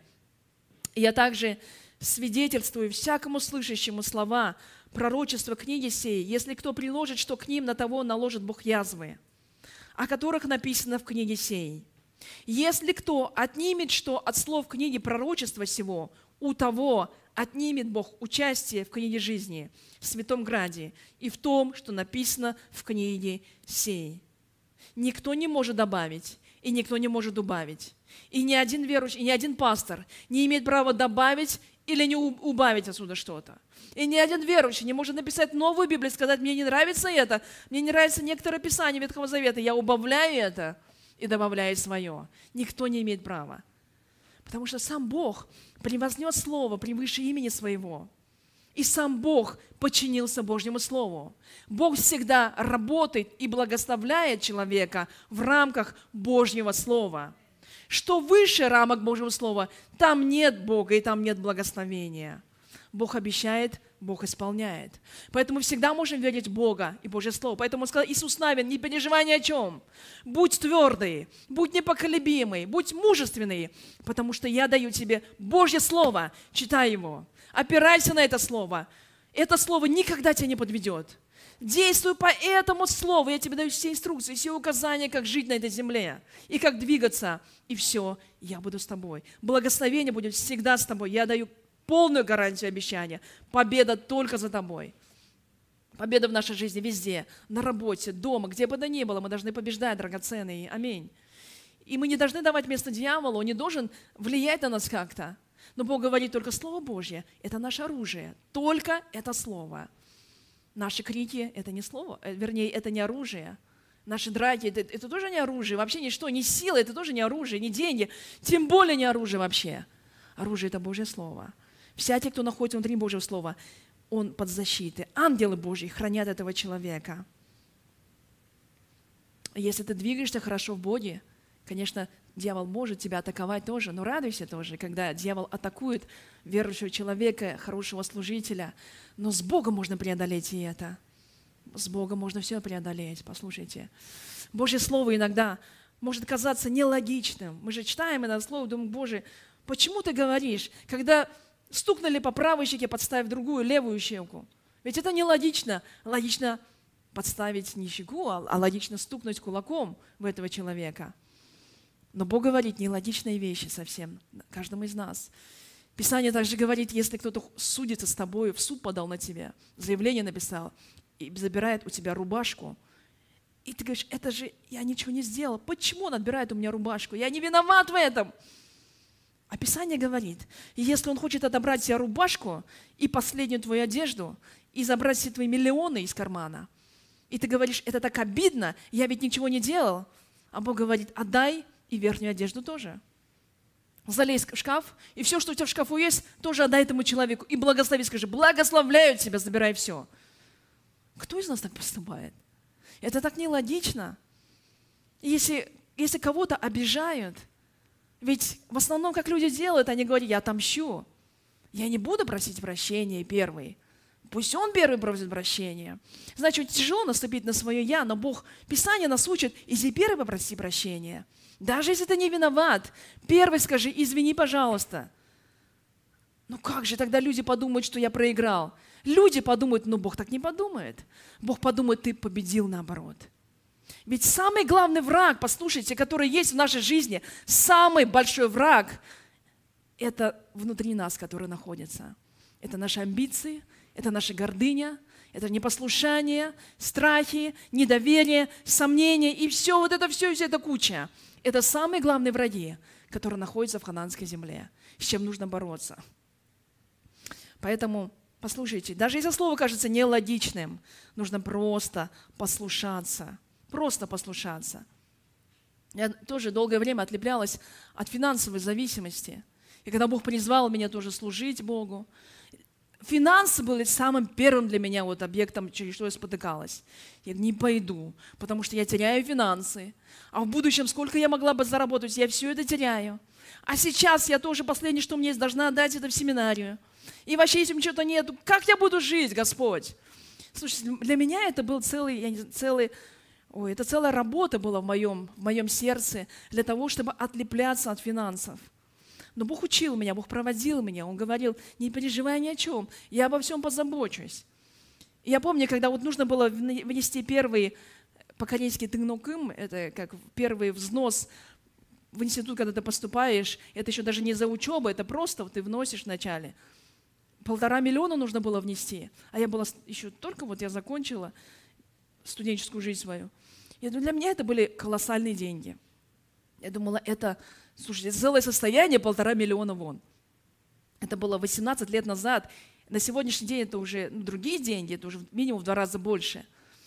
«Я также свидетельствую всякому слышащему слова пророчества книги сей, если кто приложит что к ним, на того наложит Бог язвы, о которых написано в книге сей. Если кто отнимет что от слов книги пророчества сего, у того отнимет Бог участие в книге жизни, в Святом Граде и в том, что написано в книге сей». Никто не может добавить, и никто не может убавить. И ни один верующий, и ни один пастор не имеет права добавить или не убавить отсюда что-то. И ни один верующий не может написать новую Библию и сказать: мне не нравится это, мне не нравится некоторое Писание Ветхого Завета, я убавляю это и добавляю свое. Никто не имеет права. Потому что сам Бог превознес Слово превыше имени Своего. И сам Бог подчинился Божьему Слову. Бог всегда работает и благословляет человека в рамках Божьего Слова. Что выше рамок Божьего Слова, там нет Бога и там нет благословения. Бог обещает, Бог исполняет. Поэтому всегда можем верить в Бога и Божье Слово. Поэтому он сказал: Иисус Навин, не переживай ни о чем. Будь твердый, будь непоколебимый, будь мужественный, потому что я даю тебе Божье Слово. Читай его, опирайся на это Слово. Это Слово никогда тебя не подведет. Действуй по этому слову. Я тебе даю все инструкции, все указания, как жить на этой земле и как двигаться. И все, я буду с тобой. Благословение будет всегда с тобой. Я даю полную гарантию обещания. Победа только за тобой. Победа в нашей жизни везде, на работе, дома, где бы то ни было. Мы должны побеждать, драгоценные. Аминь. И мы не должны давать место дьяволу. Он не должен влиять на нас как-то. Но Бог говорит: только Слово Божье – это наше оружие. Только это Слово. Наши крики – это не слово, вернее, это не оружие. Наши драки это, – это тоже не оружие, вообще ничто, не сила – это тоже не оружие, не деньги, тем более не оружие вообще. Оружие – это Божье Слово. Всякий, кто находится внутри Божьего Слова, он под защитой. Ангелы Божьи хранят этого человека. Если ты двигаешься хорошо в Боге, конечно, дьявол может тебя атаковать тоже, но радуйся тоже, когда дьявол атакует верующего человека, хорошего служителя. Но с Богом можно преодолеть и это. С Богом можно все преодолеть, послушайте. Божье Слово иногда может казаться нелогичным. Мы же читаем это Слово, думаем: Боже, почему ты говоришь, когда стукнули по правой щеке, подставив другую, левую щеку? Ведь это нелогично. Логично подставить не щеку, а логично стукнуть кулаком в этого человека. Но Бог говорит нелогичные вещи совсем каждому из нас. Писание также говорит: если кто-то судится с тобой, в суд подал на тебя, заявление написал, и забирает у тебя рубашку, и ты говоришь: это же я ничего не сделал. Почему он отбирает у меня рубашку? Я не виноват в этом. А Писание говорит: если он хочет отобрать себе рубашку и последнюю твою одежду, и забрать все твои миллионы из кармана, И ты говоришь, это так обидно, я ведь ничего не делал. А Бог говорит, отдай и верхнюю одежду тоже. Залезь в шкаф, и все, что у тебя в шкафу есть, тоже отдай этому человеку. И благослови, скажи, благословляю тебя, забирай все. Кто из нас так поступает? Это так нелогично. Если, если кого-то обижают, ведь в основном, как люди делают, они говорят, я отомщу. Я не буду просить прощения первый. Пусть он первый просит прощения. Значит, тяжело наступить на свое «я», но Бог, Писание нас учит, иди первый попроси прощения. Даже если ты не виноват, первый скажи, извини, пожалуйста. Ну как же тогда люди подумают, что я проиграл? Люди подумают, но Бог так не подумает. Бог подумает, ты победил наоборот. Ведь самый главный враг, послушайте, который есть в нашей жизни, самый большой враг, это внутри нас, который находится. Это наши амбиции, это наша гордыня, это непослушание, страхи, недоверие, сомнения и все, вот это все, вся эта куча. Это самые главные враги, которые находятся в ханаанской земле, с чем нужно бороться. Поэтому, послушайте, даже если слово кажется нелогичным, нужно просто послушаться, просто послушаться. Я тоже долгое время отлеплялась от финансовой зависимости. И когда Бог призвал меня тоже служить Богу, финансы были самым первым для меня вот объектом, через что я спотыкалась. Я не пойду, потому что я теряю финансы. А в будущем сколько я могла бы заработать, я все это теряю. А сейчас я тоже последнее, что у меня есть, должна отдать это в семинарию. И вообще, если у меня что-то нет, как я буду жить, Господь? Слушайте, для меня это был целый, я не знаю, целый, ой, это целая работа была в моем, в моем сердце для того, чтобы отлепляться от финансов. Но Бог учил меня, Бог проводил меня. Он говорил, не переживай ни о чем, я обо всем позабочусь. И я помню, когда вот нужно было внести первый, по-корейски тыгнокым, это как первый взнос в институт, когда ты поступаешь, это еще даже не за учебу, это просто вот ты вносишь вначале. Полтора миллиона нужно было внести. А я была еще только вот я закончила студенческую жизнь свою. И для меня это были колоссальные деньги. Я думала, это, слушайте, целое состояние полтора миллиона вон. Это было восемнадцать лет назад. На сегодняшний день это уже ну, другие деньги, это уже минимум в два раза больше.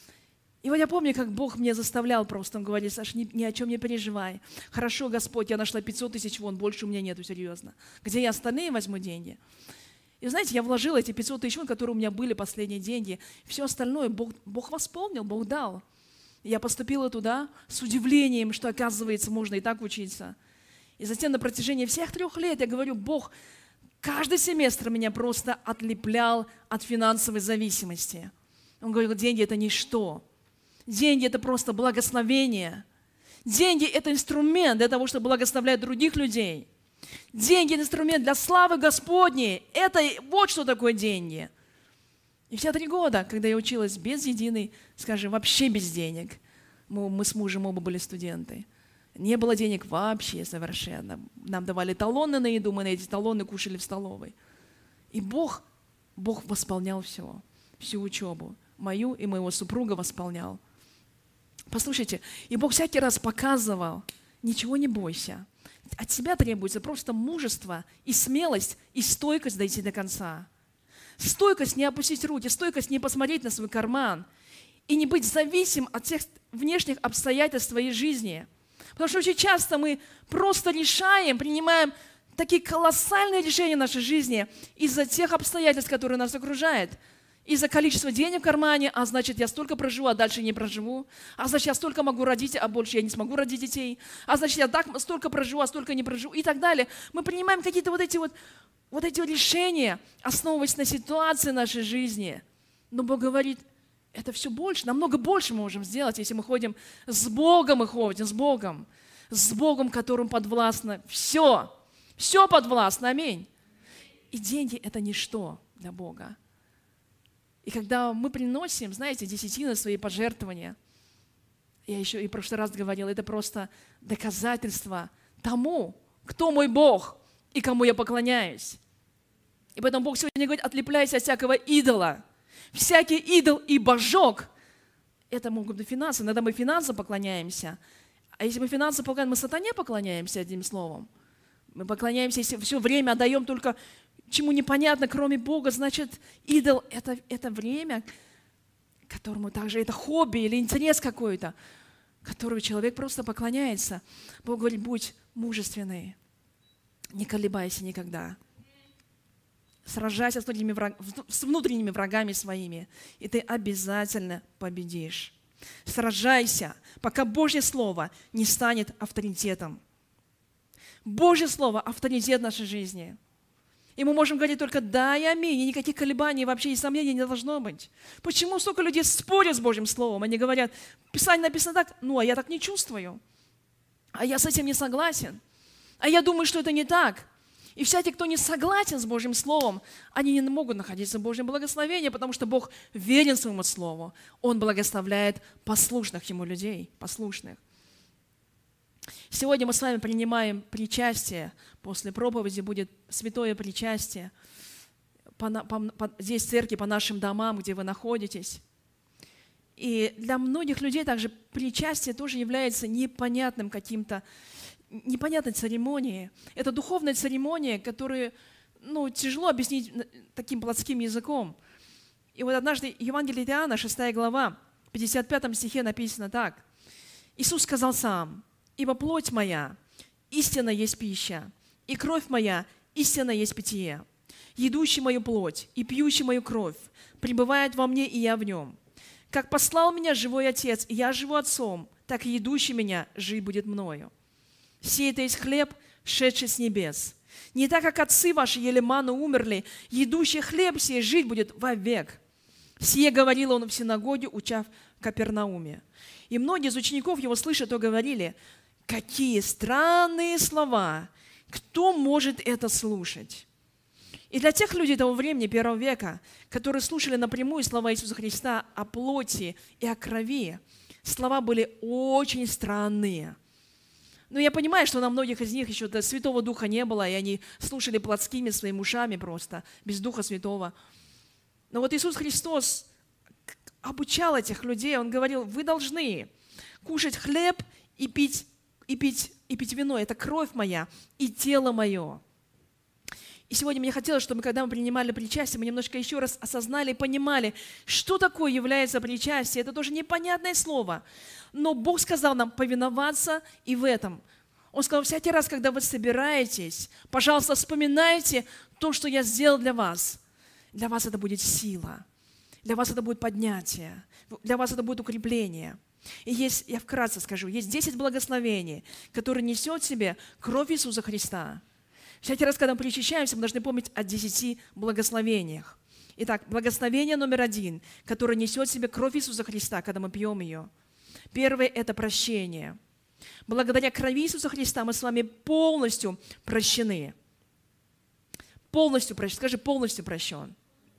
И вот я помню, как Бог мне заставлял просто, Он говорит, Саша, ни, ни о чем не переживай. Хорошо, Господь, я нашла пятьсот тысяч вон, больше у меня нету, серьезно. Где я остальные возьму деньги? И знаете, я вложила эти пятьсот тысяч вон, которые у меня были, последние деньги. Все остальное Бог, Бог восполнил, Бог дал. Я поступила туда с удивлением, что, оказывается, можно и так учиться. И затем на протяжении всех трех лет я говорю, Бог каждый семестр меня просто отлеплял от финансовой зависимости. Он говорил, деньги – это ничто. Деньги – это просто благословение. Деньги – это инструмент для того, чтобы благословлять других людей. Деньги – это инструмент для славы Господней. Это вот что такое деньги. И все три года, когда я училась без единой, скажем, вообще без денег, мы, мы с мужем оба были студенты, не было денег вообще совершенно. Нам давали талоны на еду, мы на эти талоны кушали в столовой. И Бог, Бог восполнял все, всю учебу. Мою и моего супруга восполнял. Послушайте, и Бог всякий раз показывал, ничего не бойся. От тебя требуется просто мужество и смелость, и стойкость дойти до конца. Стойкость не опустить руки, стойкость не посмотреть на свой карман и не быть зависим от всех внешних обстоятельств твоей жизни. Потому что очень часто мы просто решаем, принимаем такие колоссальные решения в нашей жизни из-за тех обстоятельств, которые нас окружают. Из-за количества денег в кармане, а значит, я столько проживу, а дальше не проживу. А значит, я столько могу родить, а больше я не смогу родить детей. А значит, я так столько проживу, а столько не проживу и так далее. Мы принимаем какие-то вот эти вот Вот эти решения, основываясь на ситуации нашей жизни. Но Бог говорит, это все больше, намного больше мы можем сделать, если мы ходим с Богом и ходим с Богом. С Богом, которым подвластно все. Все подвластно, аминь. И деньги – это ничто для Бога. И когда мы приносим, знаете, десятины, свои пожертвования, я еще и в прошлый раз говорила, это просто доказательство тому, кто мой Бог и кому я поклоняюсь. И поэтому Бог сегодня говорит, отлепляйся от всякого идола. Всякий идол и божок – это могут быть финансы. Иногда мы финансам поклоняемся. А если мы финансам поклоняемся, мы сатане поклоняемся, одним словом. Мы поклоняемся, если все время отдаем только чему непонятно, кроме Бога, значит, идол – это, это время, которому также это хобби или интерес какой-то, которому человек просто поклоняется. Бог говорит, будь мужественный, не колебайся никогда. Сражайся с внутренними, враг... с внутренними врагами своими, и ты обязательно победишь. Сражайся, пока Божье Слово не станет авторитетом. Божье Слово – авторитет нашей жизни. И мы можем говорить только «да» и «аминь», и никаких колебаний вообще и сомнений не должно быть. Почему столько людей спорят с Божьим Словом? Они говорят, Писание написано так, ну, а я так не чувствую. А я с этим не согласен. А я думаю, что это не так. И всякий, кто не согласен с Божьим Словом, они не могут находиться в Божьем благословении, потому что Бог верен своему Слову. Он благословляет послушных Ему людей, послушных. Сегодня мы с вами принимаем причастие. После проповеди будет святое причастие. По, по, по, здесь в церкви, по нашим домам, где вы находитесь. И для многих людей также причастие тоже является непонятным каким-то, непонятной церемонией. Это духовная церемония, которую ну, тяжело объяснить таким плотским языком. И вот однажды Евангелие от Иоанна, шестая глава, в пятьдесят пятом стихе написано так. Иисус сказал сам, «Ибо плоть моя истинно есть пища, и кровь моя истинно есть питье. Едущий мою плоть и пьющий мою кровь пребывает во мне, и я в нем. Как послал меня живой Отец, и я живу Отцом, так и едущий меня жить будет мною. Сей это есть хлеб, шедший с небес. Не так, как отцы ваши ели ману, умерли, едущий хлеб сей жить будет вовек». Сие говорил он в синагоге, уча в Капернауме. И многие из учеников его, слыша, то говорили, «Какие странные слова! Кто может это слушать?» И для тех людей того времени, первого века, которые слушали напрямую слова Иисуса Христа о плоти и о крови, слова были очень странные. Но я понимаю, что на многих из них еще до Святого Духа не было, и они слушали плотскими своими ушами просто, без Духа Святого. Но вот Иисус Христос обучал этих людей, Он говорил, вы должны кушать хлеб и пить, и пить, и пить вино. Это кровь моя и тело мое. И сегодня мне хотелось, чтобы, когда мы принимали причастие, мы немножко еще раз осознали и понимали, что такое является причастие. Это тоже непонятное слово. Но Бог сказал нам повиноваться и в этом. Он сказал, всякий раз, когда вы собираетесь, пожалуйста, вспоминайте то, что я сделал для вас. Для вас это будет сила. Для вас это будет поднятие. Для вас это будет укрепление. И есть, я вкратце скажу, есть десять благословений, которые несет в себе кровь Иисуса Христа. Всякий раз, когда мы причащаемся, мы должны помнить о десяти благословениях. Итак, благословение номер один, которое несет в себе кровь Иисуса Христа, когда мы пьем ее. Первое – это прощение. Благодаря крови Иисуса Христа мы с вами полностью прощены. Полностью прощен. Скажи, полностью прощен.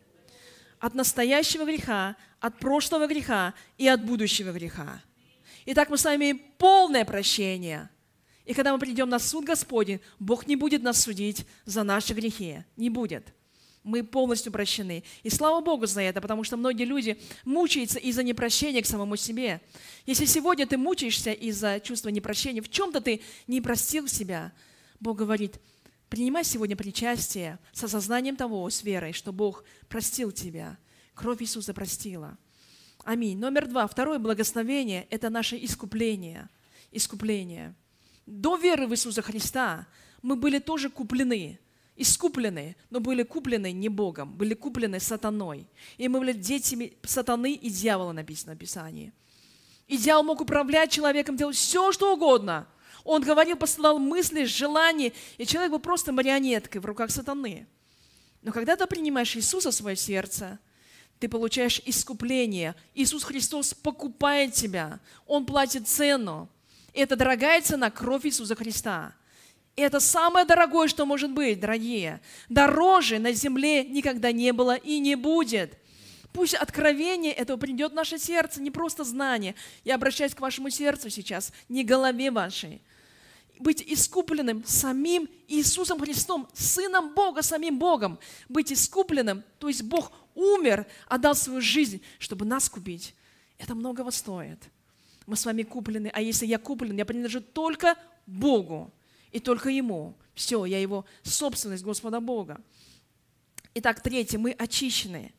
От настоящего греха, от прошлого греха и от будущего греха. Итак, мы с вами имеем полное прощение. И когда мы придем на суд Господень, Бог не будет нас судить за наши грехи. Не будет. Мы полностью прощены. И слава Богу за это, потому что многие люди мучаются из-за непрощения к самому себе. Если сегодня ты мучаешься из-за чувства непрощения, в чем-то ты не простил себя, Бог говорит, принимай сегодня причастие с осознанием того, с верой, что Бог простил тебя. Кровь Иисуса простила. Аминь. Номер два. Второе благословение – это наше искупление. Искупление. До веры в Иисуса Христа мы были тоже куплены, искуплены, но были куплены не Богом, были куплены сатаной. И мы были детьми сатаны и дьявола, написано в Писании. И дьявол мог управлять человеком, делать все, что угодно. Он говорил, посылал мысли, желания, и человек был просто марионеткой в руках сатаны. Но когда ты принимаешь Иисуса в свое сердце, ты получаешь искупление. Иисус Христос покупает тебя. Он платит цену. Это дорогая цена, кровь Иисуса Христа. И это самое дорогое, что может быть, дорогие. Дороже на земле никогда не было и не будет. Пусть откровение этого придет в наше сердце, не просто знание. Я обращаюсь к вашему сердцу сейчас, не голове вашей. Быть искупленным самим Иисусом Христом, Сыном Бога, самим Богом. Быть искупленным, то есть Бог умер, отдал свою жизнь, чтобы нас купить. Это многого стоит. Мы с вами куплены, а если я куплен, я принадлежу только Богу и только Ему. Все, я Его собственность, Господа Бога. Итак, третье, мы очищены.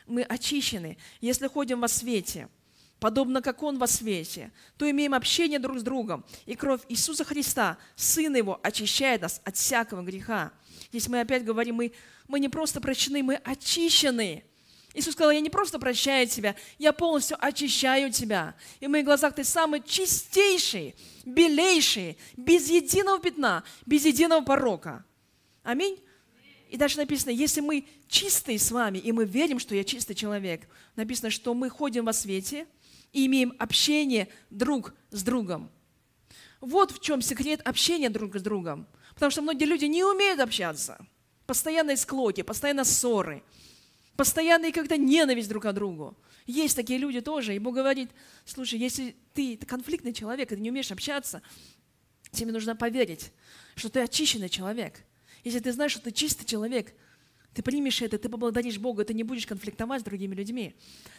мы очищены. Если ходим во свете, подобно как Он во свете, то имеем общение друг с другом. И кровь Иисуса Христа, Сына Его, очищает нас от всякого греха. Здесь мы опять говорим, мы, мы не просто прощены, мы очищены. Иисус сказал, я не просто прощаю тебя, я полностью очищаю тебя. И в моих глазах ты самый чистейший, белейший, без единого пятна, без единого порока. Аминь. И дальше написано, если мы чистые с вами, и мы верим, что я чистый человек, написано, что мы ходим во свете и имеем общение друг с другом. Вот в чем секрет общения друг с другом. Потому что многие люди не умеют общаться. Постоянные склоки, постоянно ссоры. Постоянная как-то ненависть друг к другу. Есть такие люди тоже. И Бог говорит, слушай, если ты, ты конфликтный человек, и ты не умеешь общаться, тебе нужно поверить, что ты очищенный человек. Если ты знаешь, что ты чистый человек, ты примешь это, ты поблагодаришь Бога, ты не будешь конфликтовать с другими людьми.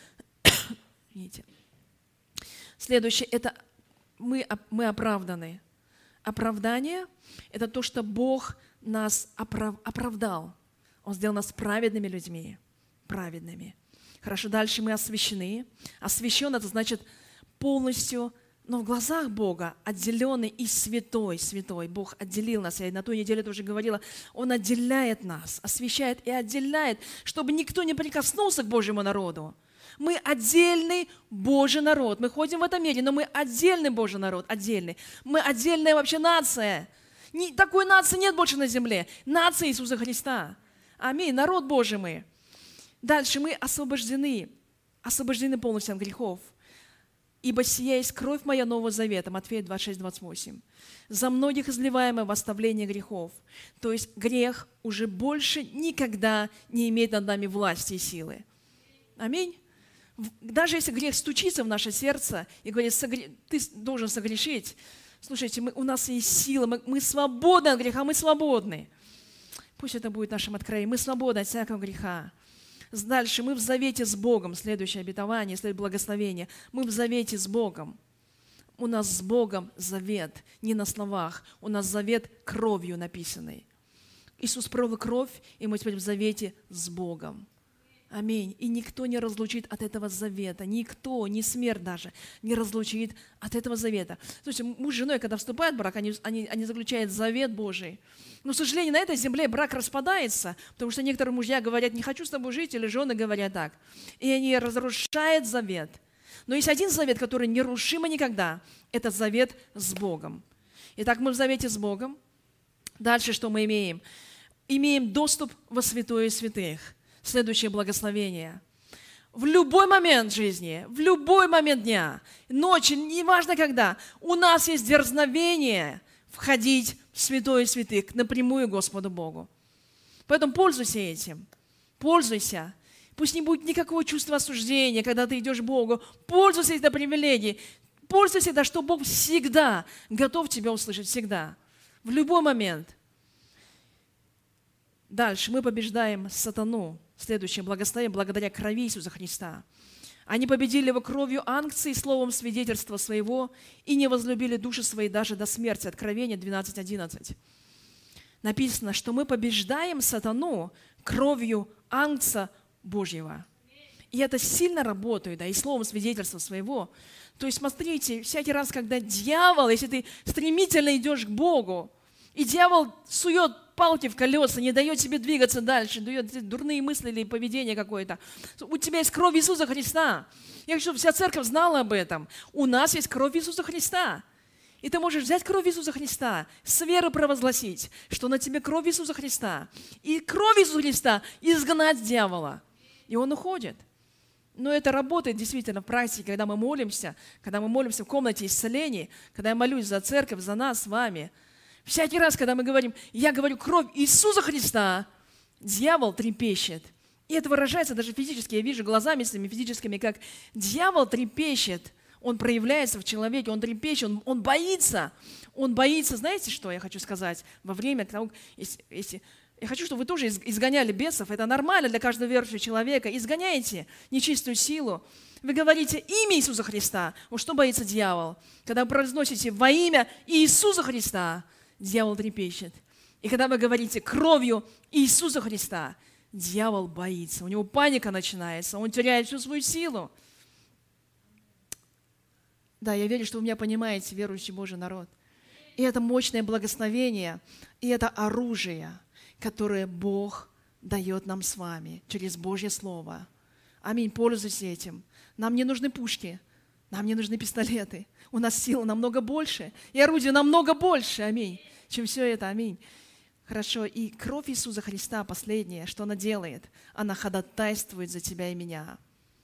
Видите? Следующее – это мы, мы оправданы. Оправдание – это то, что Бог нас оправ, оправдал. Он сделал нас праведными людьми. Праведными. Хорошо, дальше мы освящены. Освящен – это значит полностью, но в глазах Бога отделенный и святой, святой. Бог отделил нас. Я на той неделе тоже говорила, Он отделяет нас, освящает и отделяет, чтобы никто не прикоснулся к Божьему народу. Мы отдельный Божий народ. Мы ходим в этом мире, но мы отдельный Божий народ, отдельный. Мы отдельная вообще нация. Не, такой нации нет больше на земле. Нация Иисуса Христа. Аминь. Народ Божий мы. Дальше мы освобождены, освобождены полностью от грехов. «Ибо сия есть кровь моя Нового Завета», Матфея двадцать шесть двадцать восемь, «за многих изливаемое в оставление грехов». То есть грех уже больше никогда не имеет над нами власти и силы. Аминь. Даже если грех стучится в наше сердце и говорит, ты должен согрешить, слушайте, мы, у нас есть сила, мы, мы свободны от греха, мы свободны. Пусть это будет нашим откровением. Мы свободны от всякого греха. Дальше мы в завете с Богом. Следующее обетование, следующее благословение. Мы в завете с Богом. У нас с Богом завет, не на словах. У нас завет кровью написанный. Иисус пролил кровь, и мы теперь в завете с Богом. Аминь. И никто не разлучит от этого завета. Никто, ни смерть даже, не разлучит от этого завета. Слушайте, муж с женой, когда вступают в брак, они, они, они заключают завет Божий. Но, к сожалению, на этой земле брак распадается, потому что некоторые мужья говорят, не хочу с тобой жить, или жены говорят так. И они разрушают завет. Но есть один завет, который нерушимый никогда. Это завет с Богом. Итак, мы в завете с Богом. Дальше что мы имеем? Имеем доступ во святое святых. Следующее благословение. В любой момент жизни, в любой момент дня, ночи, неважно когда, у нас есть дерзновение входить в святое святых, напрямую Господу Богу. Поэтому пользуйся этим. Пользуйся. Пусть не будет никакого чувства осуждения, когда ты идешь к Богу. Пользуйся этой привилегией. Пользуйся, да, что Бог всегда готов тебя услышать, всегда. В любой момент. Дальше мы побеждаем сатану. Следующее благословение благодаря крови Иисуса Христа. Они победили его кровью акции, словом свидетельства своего, и не возлюбили души свои даже до смерти. Откровение двенадцать одиннадцать. Написано, что мы побеждаем сатану кровью Агнца Божьего. И это сильно работает, да, и словом свидетельства своего. То есть, смотрите, всякий раз, когда дьявол, если ты стремительно идешь к Богу, и дьявол сует палки в колеса, не дает тебе двигаться дальше, дает дурные мысли или поведение какое-то. У тебя есть кровь Иисуса Христа. Я хочу, чтобы вся церковь знала об этом. У нас есть кровь Иисуса Христа. И ты можешь взять кровь Иисуса Христа, с верой провозгласить, что на тебе кровь Иисуса Христа. И кровь Иисуса Христа изгнать дьявола. И он уходит. Но это работает действительно в практике, когда мы молимся, когда мы молимся в комнате исцеления, когда я молюсь за церковь, за нас с вами. Всякий раз, когда мы говорим, я говорю кровь Иисуса Христа, дьявол трепещет. И это выражается даже физически. Я вижу глазами своими физическими, как дьявол трепещет. Он проявляется в человеке, он трепещет, он, он боится. Он боится, знаете, что я хочу сказать? Во время того, если, если, я хочу, чтобы вы тоже изгоняли бесов. Это нормально для каждого верующего человека. Изгоняйте нечистую силу. Вы говорите имя Иисуса Христа. Вот что боится дьявол? Когда вы произносите во имя Иисуса Христа, дьявол трепещет. И когда вы говорите кровью Иисуса Христа, дьявол боится, у него паника начинается, он теряет всю свою силу. Да, я верю, что вы меня понимаете, верующий Божий народ. И это мощное благословение, и это оружие, которое Бог дает нам с вами через Божье Слово. Аминь, пользуйтесь этим. Нам не нужны пушки, нам не нужны пистолеты. У нас сила намного больше, и орудия намного больше, аминь, чем все это, аминь. Хорошо, и кровь Иисуса Христа, последнее, что она делает, она ходатайствует за тебя и меня.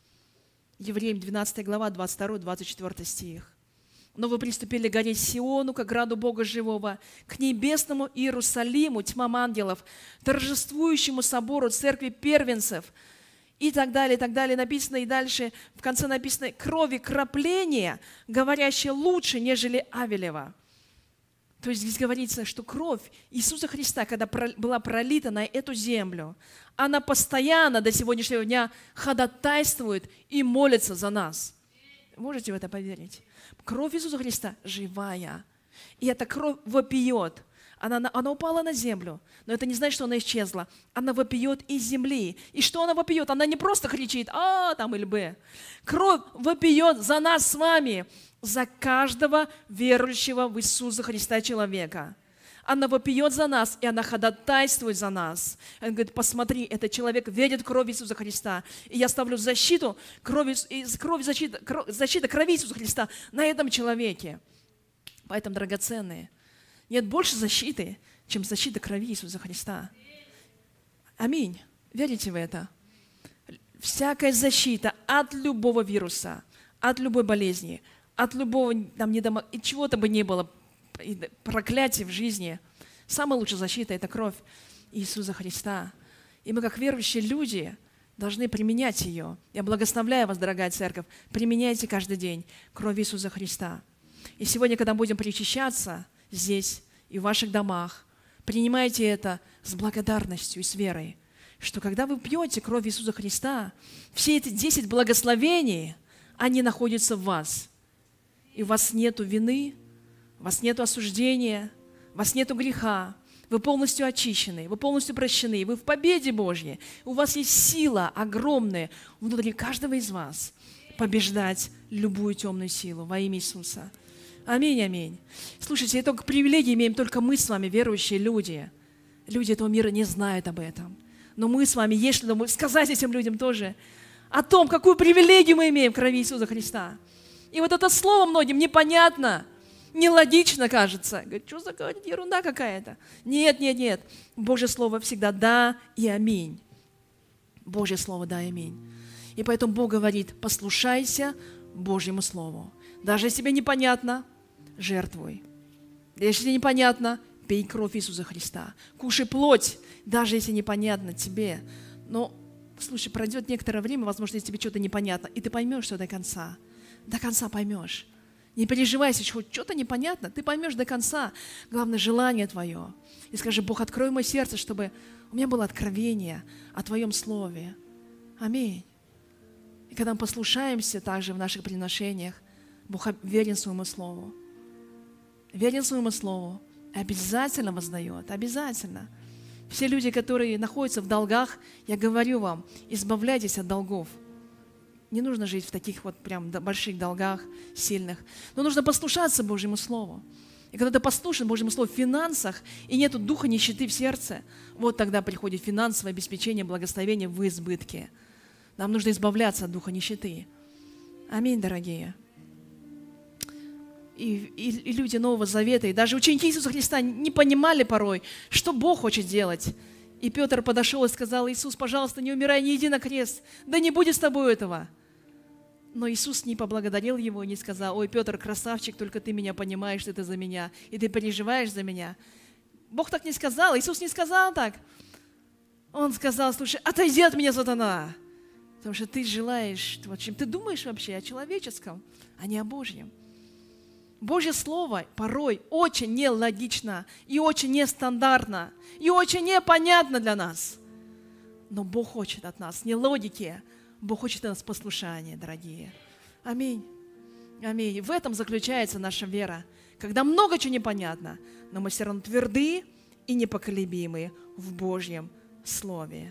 Евреям двенадцатая глава, двадцать второй двадцать четвёртый стих. «Но вы приступили к горе Сиону, к граду Бога живого, к небесному Иерусалиму, тьмам ангелов, торжествующему собору церкви первенцев». И так далее, и так далее. Написано и дальше, в конце написано, крови крапления, говорящее лучше, нежели Авелева. То есть здесь говорится, что кровь Иисуса Христа, когда была пролита на эту землю, она постоянно до сегодняшнего дня ходатайствует и молится за нас. Можете в это поверить? Кровь Иисуса Христа живая. И эта кровь вопиет. Она, она упала на землю, но это не значит, что она исчезла. Она вопиет из земли. И что она вопиет? Она не просто кричит «А, там или Б». Кровь вопиет за нас с вами, за каждого верующего в Иисуса Христа человека. Она вопиет за нас, и она ходатайствует за нас. Она говорит, посмотри, этот человек верит в кровь Иисуса Христа. И я ставлю защиту, крови, кровь, защита, кровь, защита крови Иисуса Христа на этом человеке. Поэтому, драгоценные, нет больше защиты, чем защита крови Иисуса Христа. Аминь. Верите в это? Всякая защита от любого вируса, от любой болезни, от любого там, недомо... и чего-то бы ни было, проклятий в жизни. Самая лучшая защита – это кровь Иисуса Христа. И мы, как верующие люди, должны применять ее. Я благословляю вас, дорогая церковь, применяйте каждый день кровь Иисуса Христа. И сегодня, когда будем причащаться здесь и в ваших домах, принимайте это с благодарностью и с верой, что когда вы пьете кровь Иисуса Христа, все эти десять благословений, они находятся в вас. И у вас нету вины, у вас нету осуждения, у вас нету греха. Вы полностью очищены, вы полностью прощены, вы в победе Божьей. У вас есть сила огромная внутри каждого из вас побеждать любую темную силу во имя Иисуса. Аминь, аминь. Слушайте, это привилегии имеем только мы с вами, верующие люди. Люди этого мира не знают об этом. Но мы с вами, есть что сказать этим людям тоже о том, какую привилегию мы имеем в крови Иисуса Христа. И вот это слово многим непонятно, нелогично кажется. Говорит, что за ерунда какая-то? Нет, нет, нет. Божье слово всегда да и аминь. Божье слово да и аминь. И поэтому Бог говорит, послушайся Божьему слову. Даже если тебе непонятно, жертвуй. Если тебе непонятно, пей кровь Иисуса Христа. Кушай плоть, даже если непонятно тебе. Но, слушай, пройдет некоторое время, возможно, если тебе что-то непонятно, и ты поймешь все до конца. До конца поймешь. Не переживай, если хоть что-то непонятно, ты поймешь до конца. Главное, желание твое. И скажи, Бог, открой мое сердце, чтобы у меня было откровение о Твоем Слове. Аминь. И когда мы послушаемся также в наших приношениях, Бог верен своему Слову. Верен своему Слову. Обязательно воздает. Обязательно. Все люди, которые находятся в долгах, я говорю вам, избавляйтесь от долгов. Не нужно жить в таких вот прям больших долгах, сильных. Но нужно послушаться Божьему Слову. И когда ты послушан Божьему Слову в финансах, и нету духа нищеты в сердце, вот тогда приходит финансовое обеспечение, благословение в избытке. Нам нужно избавляться от духа нищеты. Аминь, дорогие. И, и, и люди Нового Завета, и даже ученики Иисуса Христа не понимали порой, что Бог хочет делать. И Петр подошел и сказал, Иисус, пожалуйста, не умирай, не иди на крест, да не будет с тобой этого. Но Иисус не поблагодарил его, не сказал, ой, Петр, красавчик, только ты меня понимаешь, что это за меня, и ты переживаешь за меня. Бог так не сказал, Иисус не сказал так. Он сказал, слушай, отойди от меня, сатана, потому что ты желаешь, вот, чем ты думаешь вообще о человеческом, а не о Божьем. Божье Слово порой очень нелогично, и очень нестандартно, и очень непонятно для нас. Но Бог хочет от нас не логики, Бог хочет от нас послушания, дорогие. Аминь. Аминь. В этом заключается наша вера. Когда много чего непонятно, но мы все равно тверды и непоколебимы в Божьем Слове.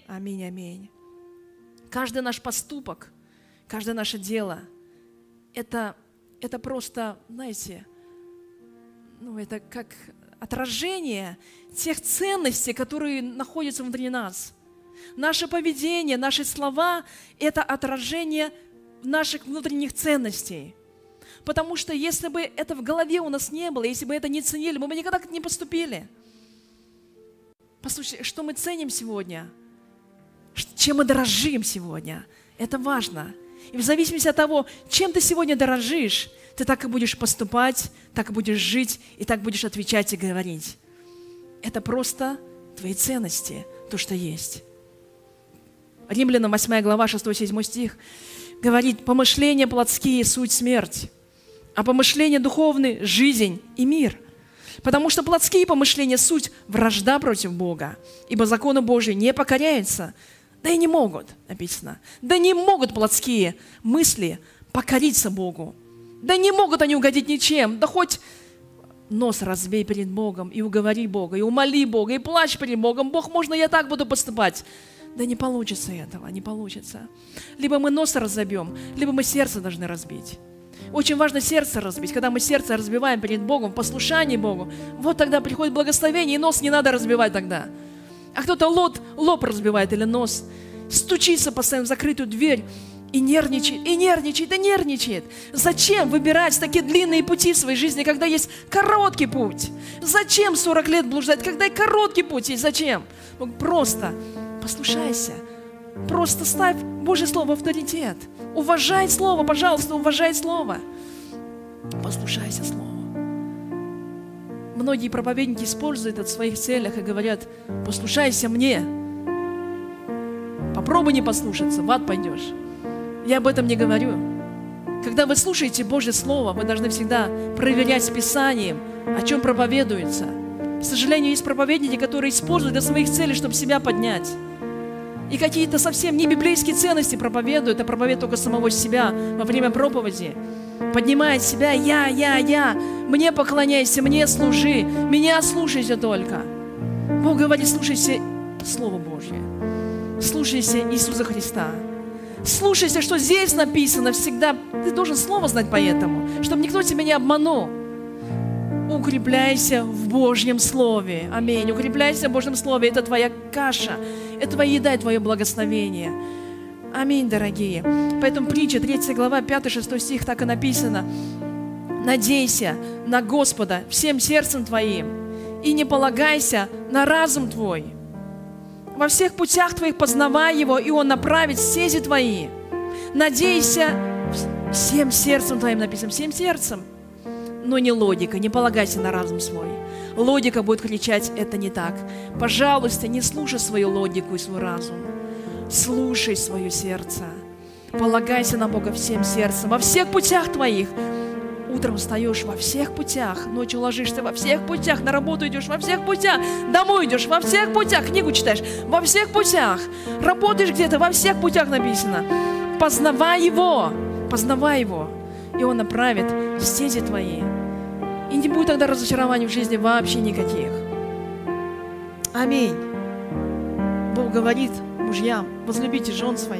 Аминь, аминь. Каждый наш поступок, каждое наше дело, это, это просто, знаете, ну, это как отражение тех ценностей, которые находятся внутри нас. Наше поведение, наши слова – это отражение наших внутренних ценностей. Потому что если бы это в голове у нас не было, если бы это не ценили, мы бы никогда так не поступили. Послушайте, что мы ценим сегодня? Чем мы дорожим сегодня? Это важно. И в зависимости от того, чем ты сегодня дорожишь, ты так и будешь поступать, так и будешь жить, и так будешь отвечать и говорить. Это просто твои ценности, то, что есть. Римлянам восьмая глава, шестой-седьмой стих говорит: «Помышления плотские – суть смерть, а помышления духовные – жизнь и мир. Потому что плотские помышления – суть вражда против Бога, ибо закону Божию не покоряются». Да и не могут, написано. Да не могут плотские мысли покориться Богу. Да не могут они угодить ничем. Да хоть нос разбей перед Богом и уговори Бога, и умоли Бога, и плачь перед Богом. Бог, можно я так буду поступать? Да не получится этого, не получится. Либо мы нос разобьем, либо мы сердце должны разбить. Очень важно сердце разбить. Когда мы сердце разбиваем перед Богом, в послушании Богу, вот тогда приходит благословение, и нос не надо разбивать тогда. А кто-то лоб, лоб разбивает или нос, стучится постоянно в закрытую дверь и нервничает, и нервничает, и нервничает. Зачем выбирать такие длинные пути в своей жизни, когда есть короткий путь? Зачем сорок лет блуждать, когда и короткий путь есть? Зачем? Просто послушайся. Просто ставь Божье Слово в авторитет. Уважай Слово, пожалуйста, уважай Слово. Послушайся Слово. Многие проповедники используют это в своих целях и говорят: послушайся мне. Попробуй не послушаться, в ад пойдешь. Я об этом не говорю. Когда вы слушаете Божье Слово, вы должны всегда проверять с Писанием, о чем проповедуется. К сожалению, есть проповедники, которые используют для своих целей, чтобы себя поднять. И какие-то совсем не библейские ценности проповедуют, а проповедуют только самого себя во время проповеди. Поднимает себя: я, я, я, мне поклоняйся, мне служи, меня слушайся только. Бог говорит: слушайся Слово Божье, слушайся Иисуса Христа, слушайся, что здесь написано всегда. Ты должен Слово знать поэтому, чтобы никто тебя не обманул. Укрепляйся в Божьем Слове. Аминь. Укрепляйся в Божьем Слове. Это твоя каша, это твоя еда и твое благословение. Аминь, дорогие. Поэтому притча, третья глава, пятый-шестой стих, так и написано: «Надейся на Господа всем сердцем твоим, и не полагайся на разум твой. Во всех путях твоих познавай Его, и Он направит стези твои». Надейся всем сердцем твоим, написано, всем сердцем. Но не логика, не полагайся на разум свой. Логика будет кричать: это не так. Пожалуйста, не слушай свою логику и свой разум. Слушай свое сердце. Полагайся на Бога всем сердцем. Во всех путях твоих. Утром встаешь во всех путях, ночью ложишься во всех путях, на работу идешь во всех путях, домой идешь во всех путях, книгу читаешь во всех путях, работаешь где-то, во всех путях написано. Познавай Его, познавай Его, и Он направит стези твои. И не будет тогда разочарований в жизни вообще никаких. Аминь. Бог говорит мужьям: возлюбите жен своих.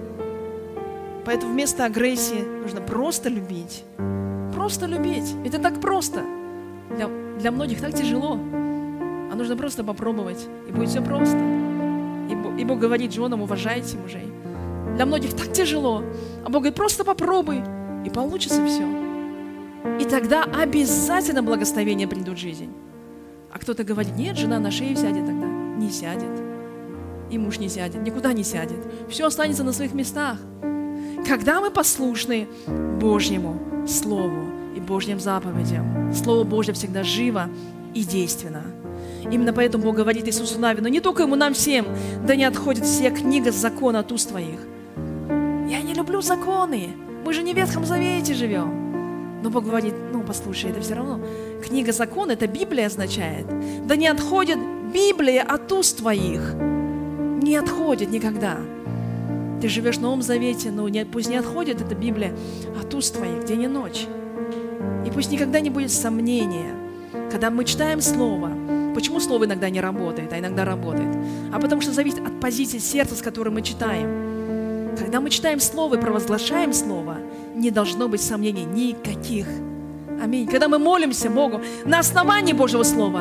Поэтому вместо агрессии нужно просто любить. Просто любить. Это так просто. Для, для многих так тяжело. А нужно просто попробовать, и будет все просто. И Бог, и Бог говорит женам: уважайте мужей. Для многих так тяжело. А Бог говорит: просто попробуй, и получится все. И тогда обязательно благословения придут в жизнь. А кто-то говорит: нет, жена на шею сядет тогда. Не сядет. И муж не сядет, никуда не сядет. Все останется на своих местах. Когда мы послушны Божьему Слову и Божьим заповедям, Слово Божье всегда живо и действенно. Именно поэтому Бог говорит Иисусу Навину, не только Ему, нам всем: да не отходит вся книга закона от уст твоих. Я не люблю законы, мы же не в Ветхом Завете живем. Но Бог говорит: ну послушай, это все равно. Книга закона, это Библия означает. Да не отходит Библия от уст твоих. Не отходит никогда. Ты живешь в Новом Завете, но не, пусть не отходит эта Библия от уст твоих день и ночь. И пусть никогда не будет сомнения, когда мы читаем Слово, Почему слово иногда не работает, а иногда работает? А потому что зависит от позиции сердца, с которой мы читаем. Когда мы читаем слово и провозглашаем слово, не должно быть сомнений никаких. Аминь. Когда мы молимся Богу на основании Божьего Слова,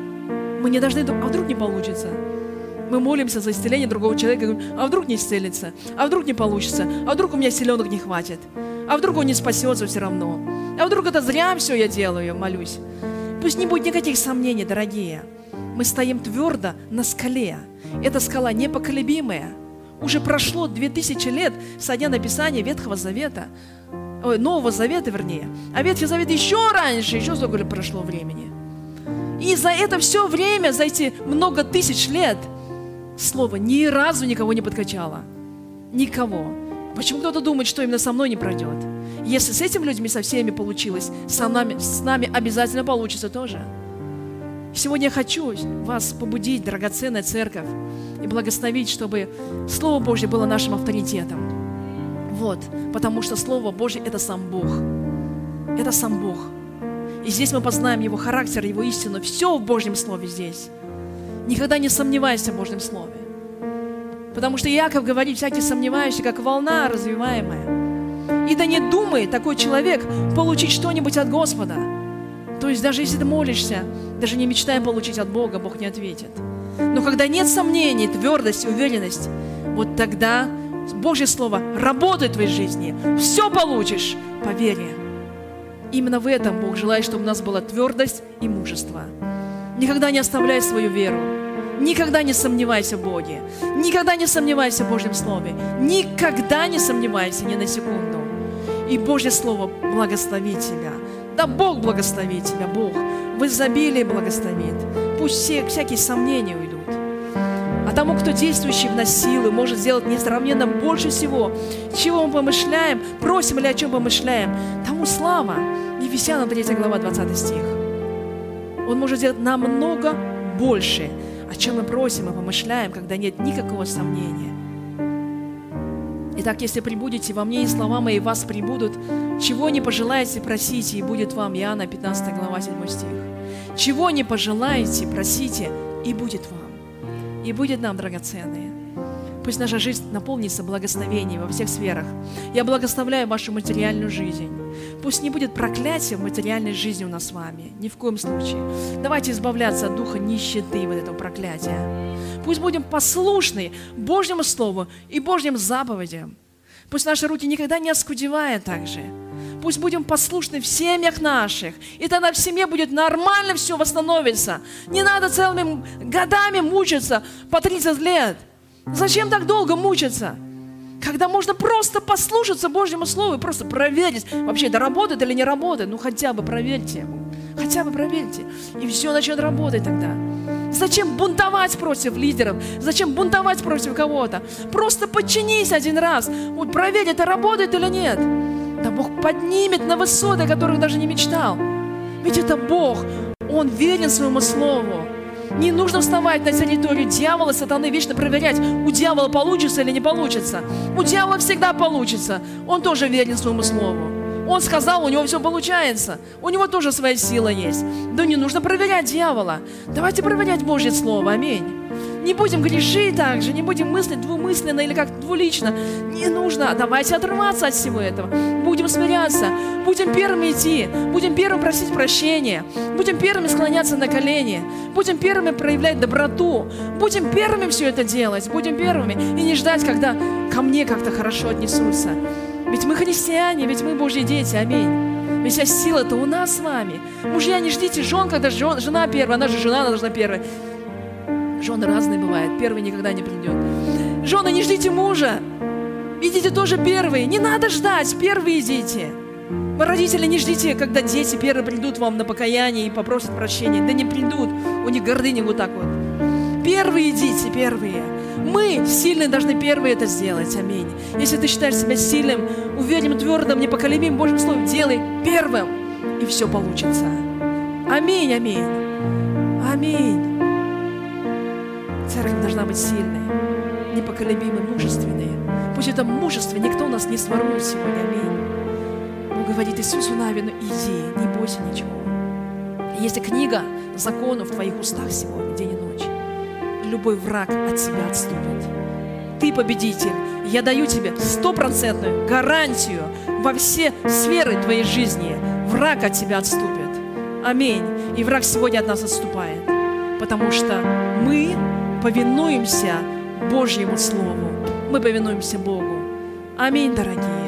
мы не должны думать, а вдруг не получится. Мы молимся за исцеление другого человека, говорим, а вдруг не исцелится, а вдруг не получится, а вдруг у меня силенок не хватит, а вдруг он не спасется все равно, а вдруг это зря все я делаю, молюсь. Пусть не будет никаких сомнений, дорогие. Мы стоим твердо на скале. Эта скала непоколебимая. Уже прошло две тысячи лет со дня написания Ветхого Завета, ой, Нового Завета, вернее. А Ветхий Завет еще раньше, еще сколько прошло времени. И за это все время, за эти много тысяч лет, Слово ни разу никого не подкачало. Никого. Почему кто-то думает, что именно со мной не пройдет? Если с этими людьми, со всеми получилось, со нами, с нами обязательно получится тоже. Сегодня я хочу вас побудить, драгоценная церковь, и благословить, чтобы Слово Божье было нашим авторитетом. Вот, потому что Слово Божье – это сам Бог. Это сам Бог. И здесь мы познаем Его характер, Его истину. Все в Божьем Слове здесь. Никогда не сомневайся в Божьем Слове. Потому что Иаков говорит, всякий сомневающий, как волна развиваемая. И да не думает такой человек получить что-нибудь от Господа. То есть даже если ты молишься, даже не мечтай получить от Бога, Бог не ответит. Но когда нет сомнений, твердость, уверенность, вот тогда Божье Слово работает в твоей жизни. Все получишь по вере. Именно в этом Бог желает, чтобы у нас была твердость и мужество. Никогда не оставляй свою веру. Никогда не сомневайся в Боге. Никогда не сомневайся в Божьем Слове. Никогда не сомневайся ни на секунду. И Божье Слово благословит тебя. Да Бог благословит тебя, Бог в изобилии благословит. Пусть все, всякие сомнения уйдут. А тому, кто действующий в нас силы, может сделать несравненно больше всего, чего мы помышляем, просим или о чем помышляем, тому слава. Ефесянам третья глава, двадцатый стих. Он может сделать намного больше, о чем мы просим и помышляем, когда нет никакого сомнения. Итак, если прибудете во мне, и слова мои в вас прибудут, чего не пожелаете, просите, и будет вам. Иоанна пятнадцатая глава, седьмой стих. Чего не пожелаете, просите, и будет вам. И будет нам, драгоценные. Пусть наша жизнь наполнится благословением во всех сферах. Я благословляю вашу материальную жизнь. Пусть не будет проклятия в материальной жизни у нас с вами. Ни в коем случае. Давайте избавляться от духа нищеты, вот этого проклятия. Пусть будем послушны Божьему Слову и Божьим заповедям. Пусть наши руки никогда не оскудевают также. Пусть будем послушны в семьях наших. И тогда в семье будет нормально все восстановится. Не надо целыми годами мучиться по тридцать лет. Зачем так долго мучиться? Когда можно просто послушаться Божьему Слову и просто проверить, вообще это работает или не работает. Ну хотя бы проверьте. Хотя бы проверьте. И все начнет работать тогда. Зачем бунтовать против лидеров? Зачем бунтовать против кого-то? Просто подчинись один раз. Вот проверь, это работает или нет. Да Бог поднимет на высоты, о которых даже не мечтал. Ведь это Бог. Он верен своему Слову. Не нужно вставать на территорию дьявола, сатаны, вечно проверять, у дьявола получится или не получится. У дьявола всегда получится. Он тоже верен своему Слову. Он сказал, у него все получается. У него тоже своя сила есть. Да не нужно проверять дьявола. Давайте проверять Божье Слово. Аминь. Не будем грешить так же, не будем мыслить двумысленно или как двулично. Не нужно. Давайте отрываться от всего этого. Будем смиряться. Будем первыми идти. Будем первыми просить прощения. Будем первыми склоняться на колени. Будем первыми проявлять доброту. Будем первыми все это делать. Будем первыми. И не ждать, когда ко мне как-то хорошо отнесутся. Ведь мы христиане, ведь мы Божьи дети. Аминь. Ведь вся сила-то у нас с вами. Мужья, не ждите жен, когда жен, жена первая. Она же жена, она должна первая. Жены разные бывают, первый никогда не придет. Жены, не ждите мужа, идите тоже первые. Не надо ждать, первые идите. Вы, родители, не ждите, когда дети первые придут вам на покаяние и попросят прощения. Да не придут, у них гордыня вот так вот. Первые идите, первые. Мы, сильные, должны первые это сделать, аминь. Если ты считаешь себя сильным, уверенным, твердым, непоколебимым Божьим Словом, делай первым, и все получится. Аминь, аминь, аминь. Церковь должна быть сильной, непоколебимой, мужественной. Пусть это мужество никто у нас не сворует сегодня. Аминь. Бог говорит Иисусу Навину, иди, не бойся ничего. Если книга законов в твоих устах сегодня, день и ночь, любой враг от тебя отступит. Ты победитель. Я даю тебе стопроцентную гарантию во все сферы твоей жизни. Враг от тебя отступит. Аминь. И враг сегодня от нас отступает, потому что мы повинуемся Божьему Слову. Мы повинуемся Богу. Аминь, дорогие.